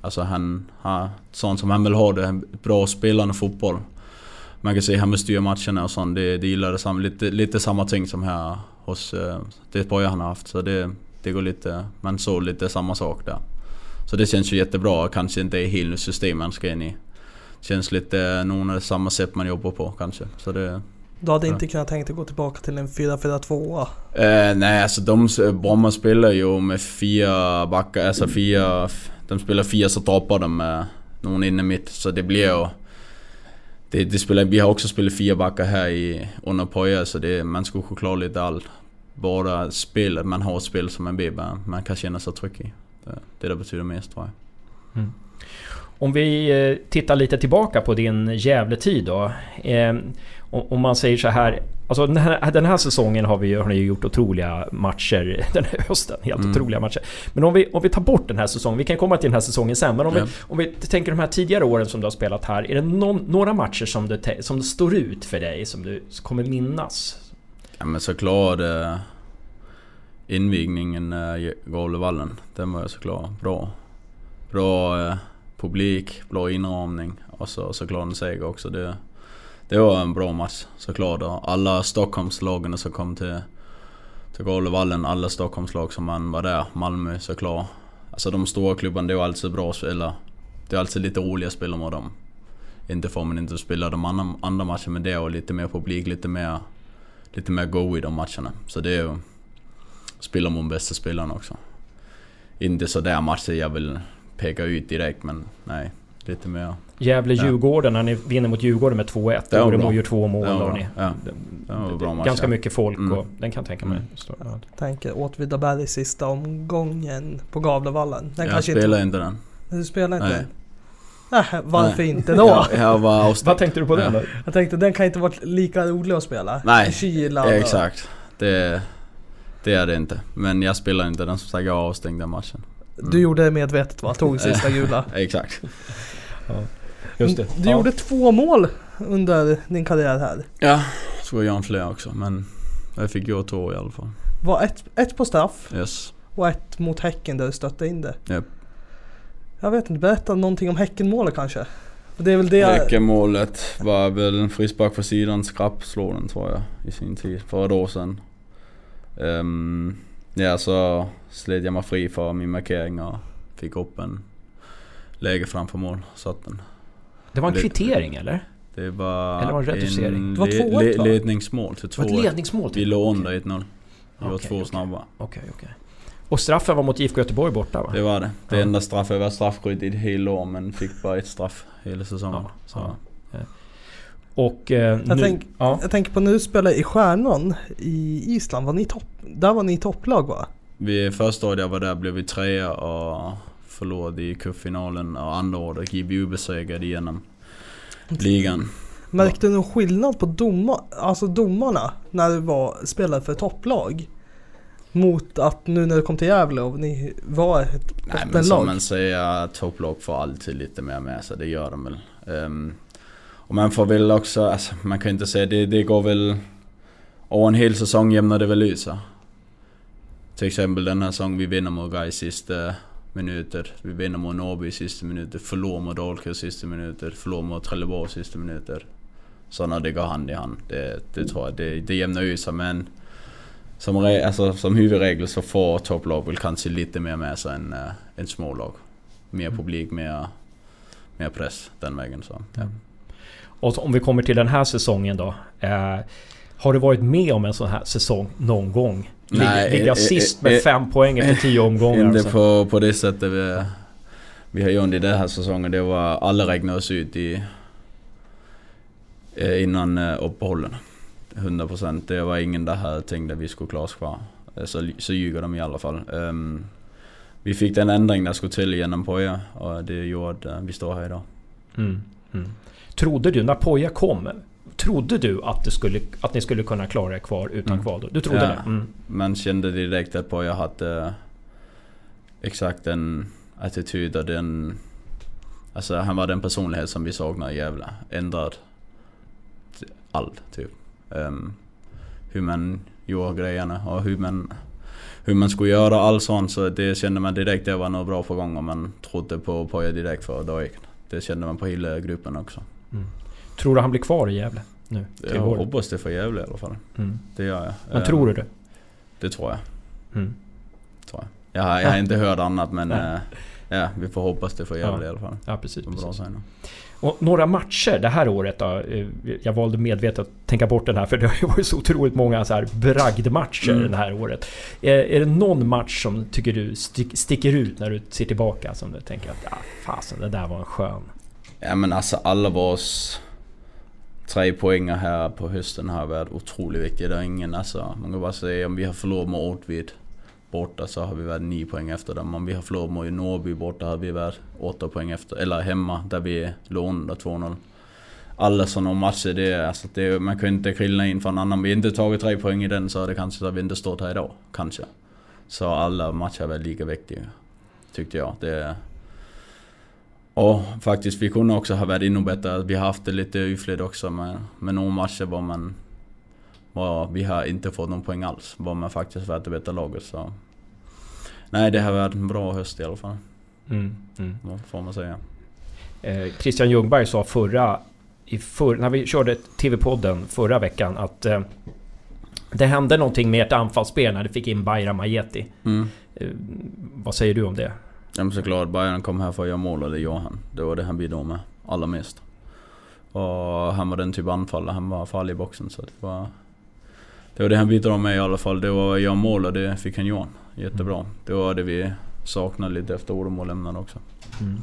Alltså han har sånt som han vill ha det, bra spelande fotboll. Man kan säga att han vill styra matcherna och sånt, det, det gillar det samma, lite, lite samma ting som här hos uh, det Poja han har haft. Så det, det går lite, man såg lite samma sak där. Så det känns ju jättebra, kanske inte är helt system man ska in i. Känns lite någon av samma sätt man jobbar på kanske. Så det, du hade ja. inte kunnat tänka att gå tillbaka till en fyra fyra två? Eh, nej, alltså de Bromma spelar ju med fyra backar, alltså fyra, de spelar fyra så droppar de med någon inne mitt, så det blir ju det, det spelar, vi har också spelat fyra backar här i under Poja, så det, man ska klara lite allt. Bara spelet, man har ett spel som en baby, man kan känna sig trygg i. Det, det där betyder mest, tror jag. Mm. Om vi tittar lite tillbaka på din Gävle-tid då. Eh, om man säger så här, alltså den här, den här säsongen har vi har ni gjort otroliga matcher den här hösten, helt mm. otroliga matcher. Men om vi, om vi tar bort den här säsongen, vi kan komma till den här säsongen sen, men om, ja. vi, om vi tänker de här tidigare åren som du har spelat här, är det någon, några matcher som det, som det står ut för dig, som du kommer minnas? Ja, men såklart eh, invigningen i eh, Gavlevallen, den var såklart bra. Bra eh, publik, bra inramning och så, såklart en seger också. Det, det var en bra match såklart. Alla Stockholmslagen som kom till, till Gavlevallen, alla Stockholmslag som man var där, Malmö såklart. Alltså de stora klubbarna, det var alltid bra att spela. Det är alltid lite roliga spel med dem. Inte får man inte spela de andra, andra matcherna, men det är lite mer publik, lite mer lite mer go i de matcherna. Så det är ju spela mot bästa spelarna också. Inte så där matcher jag vill peka ut direkt, men nej, lite mer. Gävle-Djurgården, när ni vinner mot Djurgården med två ett, och de gör två mål då ni. Ja. Det var bra match, ganska ja. mycket folk mm. och den kan jag tänka mig. Mm. Jag tänker Åtvidaberg i sista omgången på Gavlevallen. Den jag spelar inte den. Du spelar inte nej. den? Nej, varför nej. inte då? Ja, jag var vad tänkte du på den då? Jag tänkte den kan inte vara lika rolig att spela. Nej, Kyla, exakt. Det, det är det inte. Men jag spelar inte den, som sagt, jag avstängde den matchen. Mm. Du gjorde det medvetet, va? Tog sista gula. Exakt. Ja. Just det. Du ja. gjorde två mål under din karriär här. Ja, så jag gjorde fler också, men jag fick gå två i alla fall. Var ett, ett på straff? Yes. Och ett mot Häcken där du stötte in det? Yep. Jag vet inte, berätta någonting om Häckenmålet kanske. Det är väl det. Häckenmålet var väl en frispark för sidan, Skrapp slår den, tror jag, i sin tid, för ett år sedan. Um, ja, så slet jag mig fri för min markering och fick upp en läge framför mål, satt den. Det var en kvittering eller? Det var, eller var en reducering? En det var två ett, le- ledningsmål till två ett. Det var ett ledningsmål till. Vi låg under ett noll. Vi var okay, två okay. snabba. Okej, okay, okej. Okay. Och straffen var mot I F K Göteborg borta, va? Det var det. Det ja. enda straffet var straffskydd i ett helt år, men fick bara ett straff hela säsongen. Ja, så. Ja. Och eh, jag, nu, tänk, ja. jag tänker på nu spelar i Stjärnan i Island. Var ni topp? Där var ni topplag, va? Vi, första året jag var där blev vi trea och förlorade i cupfinalen, och andra året gick vi obesegrade igenom ligan. Märkte du någon skillnad på domar, alltså domarna när du var spelare för topplag mot att nu när du kom till Gävle och ni var ett bottenlag? Nej, men som man säger, topplag får alltid lite mer med sig, det gör de väl. Um, och man får väl också, alltså, man kan inte säga, det, det går väl, och en hel säsong jämnar det väl ut så. Till exempel den här säsongen vi vinner mot Gais sista minuter, vi vinner mot Norrby sista minuter, förlorar mot Dalkurd sista minuter, förlorar mot Trelleborg sista minuter. Så när det går hand i hand, det, det tror jag, det, det jämnar ut sig, men som, re, alltså, som huvudregel så får topplag väl kanske lite mer med sig än uh, en smålag. Mer publik, mer, mer press den vägen. Så, ja. Och om vi kommer till den här säsongen då, eh, har du varit med om en sån här säsong någon gång? Nej, ligga eh, sist eh, med fem eh, poäng efter tio omgångar. Inte alltså. på, på det sättet vi, vi har gjort i den här säsongen. Det var alla räknade oss ut i eh, innan eh, uppehållen. hundra procent. Det var ingen där här tänkte att vi skulle klara oss kvar. Så, så ljuger de i alla fall. Um, vi fick den ändring där skulle till genom Poja, och det gjorde att vi står här idag. Mm, mm. Trodde du när Poja kom, trodde du att, det skulle, att ni skulle kunna klara er kvar utan mm. kval då? Du trodde ja, det? Mm. Man kände direkt att Poja hade exakt den attityd och den, alltså han var den personlighet som vi saknar i Gävle. Ändrad allt typ. Um, hur man gjorde grejerna och hur man hur man skulle göra allt sånt, så det kände man direkt det var något bra på gång, och man trodde på Poya direkt för dag. Det kände man på hela gruppen också. Mm. Tror du han blir kvar i Gävle nu? Jag hoppas det för Gävle i alla fall. Mm. Det gör jag. Men um, tror du det? Det tror jag. Mm. Tror jag. Jag, har, jag har inte hört annat, men äh, ja, vi får hoppas det för Gävle ja. i alla fall. Ja, precis. precis. Bra Och några matcher det här året då, jag valde medvetet att tänka bort den här, för det har ju varit så otroligt många så här bragdmatcher mm. det här året. Är, är det någon match som tycker du stick, sticker ut när du ser tillbaka, som du tänker att ja, fasen, det där var en skön? Ja, men alltså alla vårs tre poänger här på hösten har varit otroligt viktiga. Det är ingen, alltså, man kan bara säga om vi har förlorat med Åtvid borta så har vi varit nio poäng efter dem. Om vi har förlorat mot Norrby borta har vi varit åtta poäng efter, eller hemma där vi lånade två noll. Alla sådana matcher, det är, alltså, det är, man kan inte krilla in för en annan. Om vi inte tagit tre poäng i den så hade det kanske vi inte stått här idag, kanske. Så alla matcher har varit lika viktiga, tyckte jag. Det, och faktiskt, vi kunde också ha varit ännu bättre. Vi har haft det lite yfligt också med, med några matcher var man var, vi har inte fått någon poäng alls. Var man faktiskt varit det bättre laget, så nej, det har varit en bra höst i alla fall. Mm, mm. Vad får man säga. Eh, Christian Ljungberg sa förra i för, när vi körde T V-podden förra veckan att eh, det hände någonting med ett anfallsspel när det fick in Bayram Ajeti. Mm. Eh, vad säger du om det? Ja, men såklart, Bayern kom här för att göra mål, och det gör han. Det var det han bidrog med allra mest. Och han var den typ anfallare, han var farlig i boxen, så det var det var det han bidrog med i alla fall. Det var att göra mål, och det fick han göra jättebra. Mm. Det var det vi saknade lite efter Åremål lämnade också. Mm.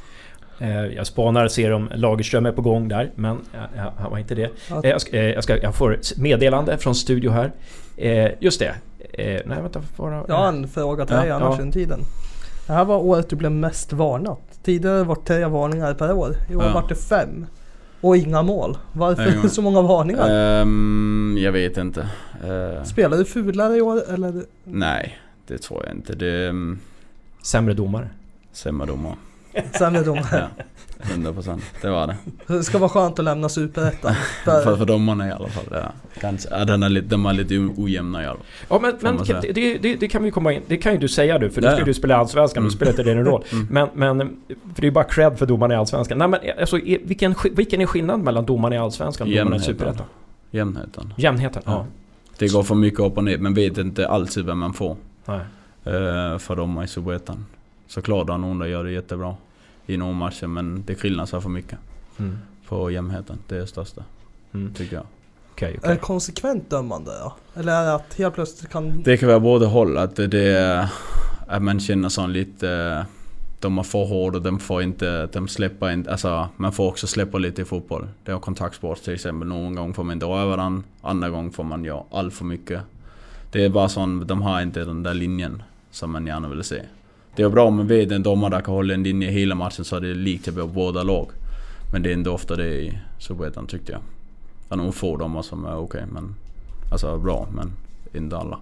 Eh, jag spanar, ser om Lagerström är på gång där, men jag, jag var inte det. Eh, jag, ska, eh, jag, ska, jag får ett meddelande från studio här. Eh, just det. Eh, nej, vänta, bara, jag har en fråga till dig, ja, annars ja. under tiden. Det här var året du blev mest varnat. Tidigare var det tre varningar per år. I år ja. var det fem. Och inga mål. Varför är det så många varningar? Um, jag vet inte. Uh, Spelar du fulare i år? Eller? Nej, det tror jag inte. Det, um, sämre domare. Sämre domare. Sämre domare. Ja, hundra procent. Det var det. Det ska vara skönt att lämna superettan. för, för domarna i alla fall. Ja. Kanske. Ja, den är lite, de är lite ojämna i alla fall. Ja, men, men det, det, det kan vi komma in. Det kan ju du säga du, för nu ska du spela Allsvenskan. Mm. Du spelar inte det en roll. Mm. Men, men för det är bara cred för domarna i Allsvenskan. Nej, men alltså, vilken, vilken är skillnaden mellan domarna i Allsvenskan och domarna i superettan? Jämnheten. Jämnheten, ja. ja. Det går för mycket upp och ner, men vet inte alltid vem man får. Nej. Uh, för domar i superettan. Såklart att någon gör det jättebra i några matcher, men det skiljer sig för mycket mm. på jämnheten. Det är det största, mm. tycker jag. Okay, okay. Är det konsekvent dömande då? Eller är det att helt plötsligt kan... Det kan vara både håll, att det är att man känner sån lite, de är för hårda och de får inte, de släpper inte, alltså man får också släppa lite i fotboll. Det är kontaktsport till exempel, någon gång får man inte röra den, andra gång får man göra allt för mycket. Det är bara sån, de har inte den där linjen som man gärna vill se. Det är bra om man vet en domare där kan hålla en linje hela matchen, så är det likt på båda lag. Men det är inte ofta det i Superettan, tyckte jag. Det är nog få domare som är okej, okay, men alltså bra, men inte alla.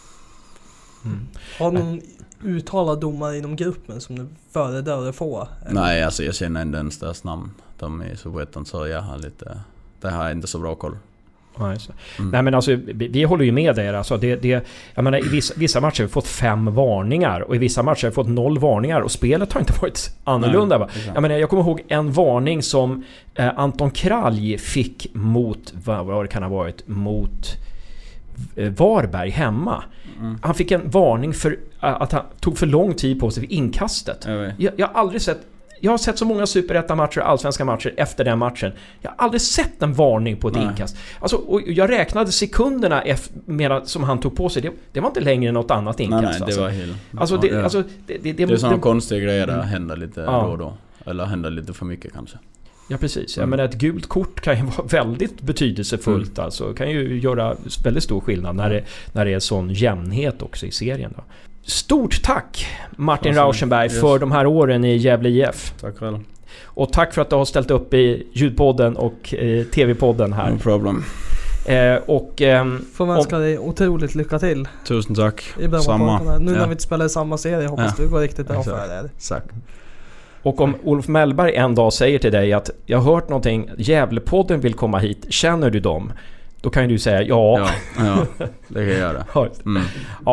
Mm. Har någon uttalad domare inom gruppen som du föredrar att få? Eller? Nej, alltså jag känner inte ens deras namn. De är i Superettan, så jag har lite, det har jag inte så bra koll. Nej, mm. Nej, men alltså vi, vi håller ju med er, alltså det, det, jag menar, i vissa, vissa matcher har vi fått fem varningar och i vissa matcher har vi fått noll varningar och spelet har inte varit annorlunda. Nej, va? Jag menar, jag kommer ihåg en varning som eh, Anton Kralj fick mot, vad, vad det kan ha varit, mot eh, Varberg hemma. Mm. Han fick en varning för uh, att han tog för lång tid på sig vid inkastet. Jag, jag, jag har aldrig sett Jag har sett så många superetta-matcher och allsvenska matcher efter den matchen. Jag har aldrig sett en varning på ett Nej. inkast. Alltså, och jag räknade sekunderna efter, som han tog på sig. Det, det var inte längre än något annat inkast. Nej, nej, det alltså. var helt... Alltså, det, ja. alltså, det, det, det, det är sådana det, konstiga grejer där händer lite ja. då och då. Eller händer lite för mycket kanske. Ja, precis. Mm. Jag menar, ett gult kort kan ju vara väldigt betydelsefullt. Mm. Alltså, kan ju göra väldigt stor skillnad när det, när det är sån jämnhet också i serien då. Stort tack Martin alltså, Rauschenberg yes. för de här åren i Gävle I F. Tack själv. Och tack för att du har ställt upp i ljudpodden och eh, tv-podden här. No problem. Eh, och, eh, Får man önska dig otroligt lycka till. Tusen tack. Samma. Nu ja. när vi inte spelar i samma serie, hoppas ja. du går riktigt bra för det. Tack. Och om Olof Mellberg en dag säger till dig att jag har hört någonting, Gävlepodden vill komma hit, känner du dem? Då kan du säga ja. Ja, ja det kan jag göra. Mm. Ja,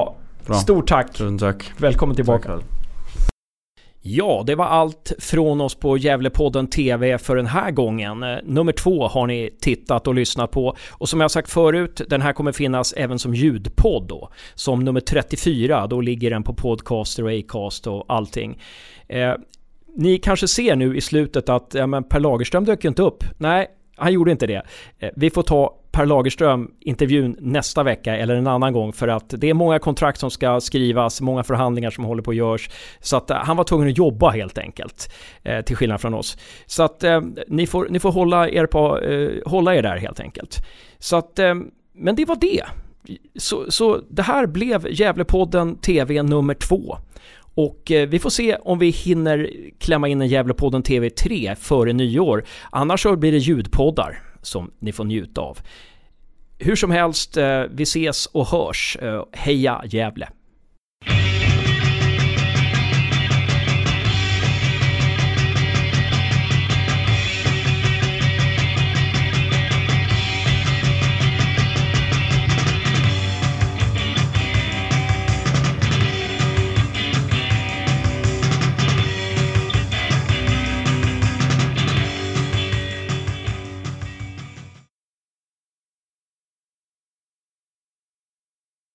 Bra. Stort tack. Tusen tack. Välkommen tillbaka. Tack. Ja, det var allt från oss på Gävlepodden T V för den här gången. Nummer två har ni tittat och lyssnat på. Och som jag sagt förut, den här kommer finnas även som ljudpodd då. Som nummer trettiofyra, då ligger den på Podcaster och Acast och allting. Eh, ni kanske ser nu i slutet att ja, men Per Lagerström dök ju inte upp. Nej, han gjorde inte det. Eh, vi får ta Per Lagerström-intervjun nästa vecka eller en annan gång, för att det är många kontrakt som ska skrivas, många förhandlingar som håller på att görs, så att eh, han var tvungen att jobba helt enkelt, eh, till skillnad från oss. Så att eh, ni får, ni får hålla, er på, eh, hålla er där helt enkelt. Så att, eh, men det var det. Så, så det här blev Gävlepodden T V nummer två. Och eh, vi får se om vi hinner klämma in en Gävlepodden T V tre före nyår. Annars så blir det ljudpoddar som ni får njuta av. Hur som helst, eh, vi ses och hörs. Eh, heja Gävle!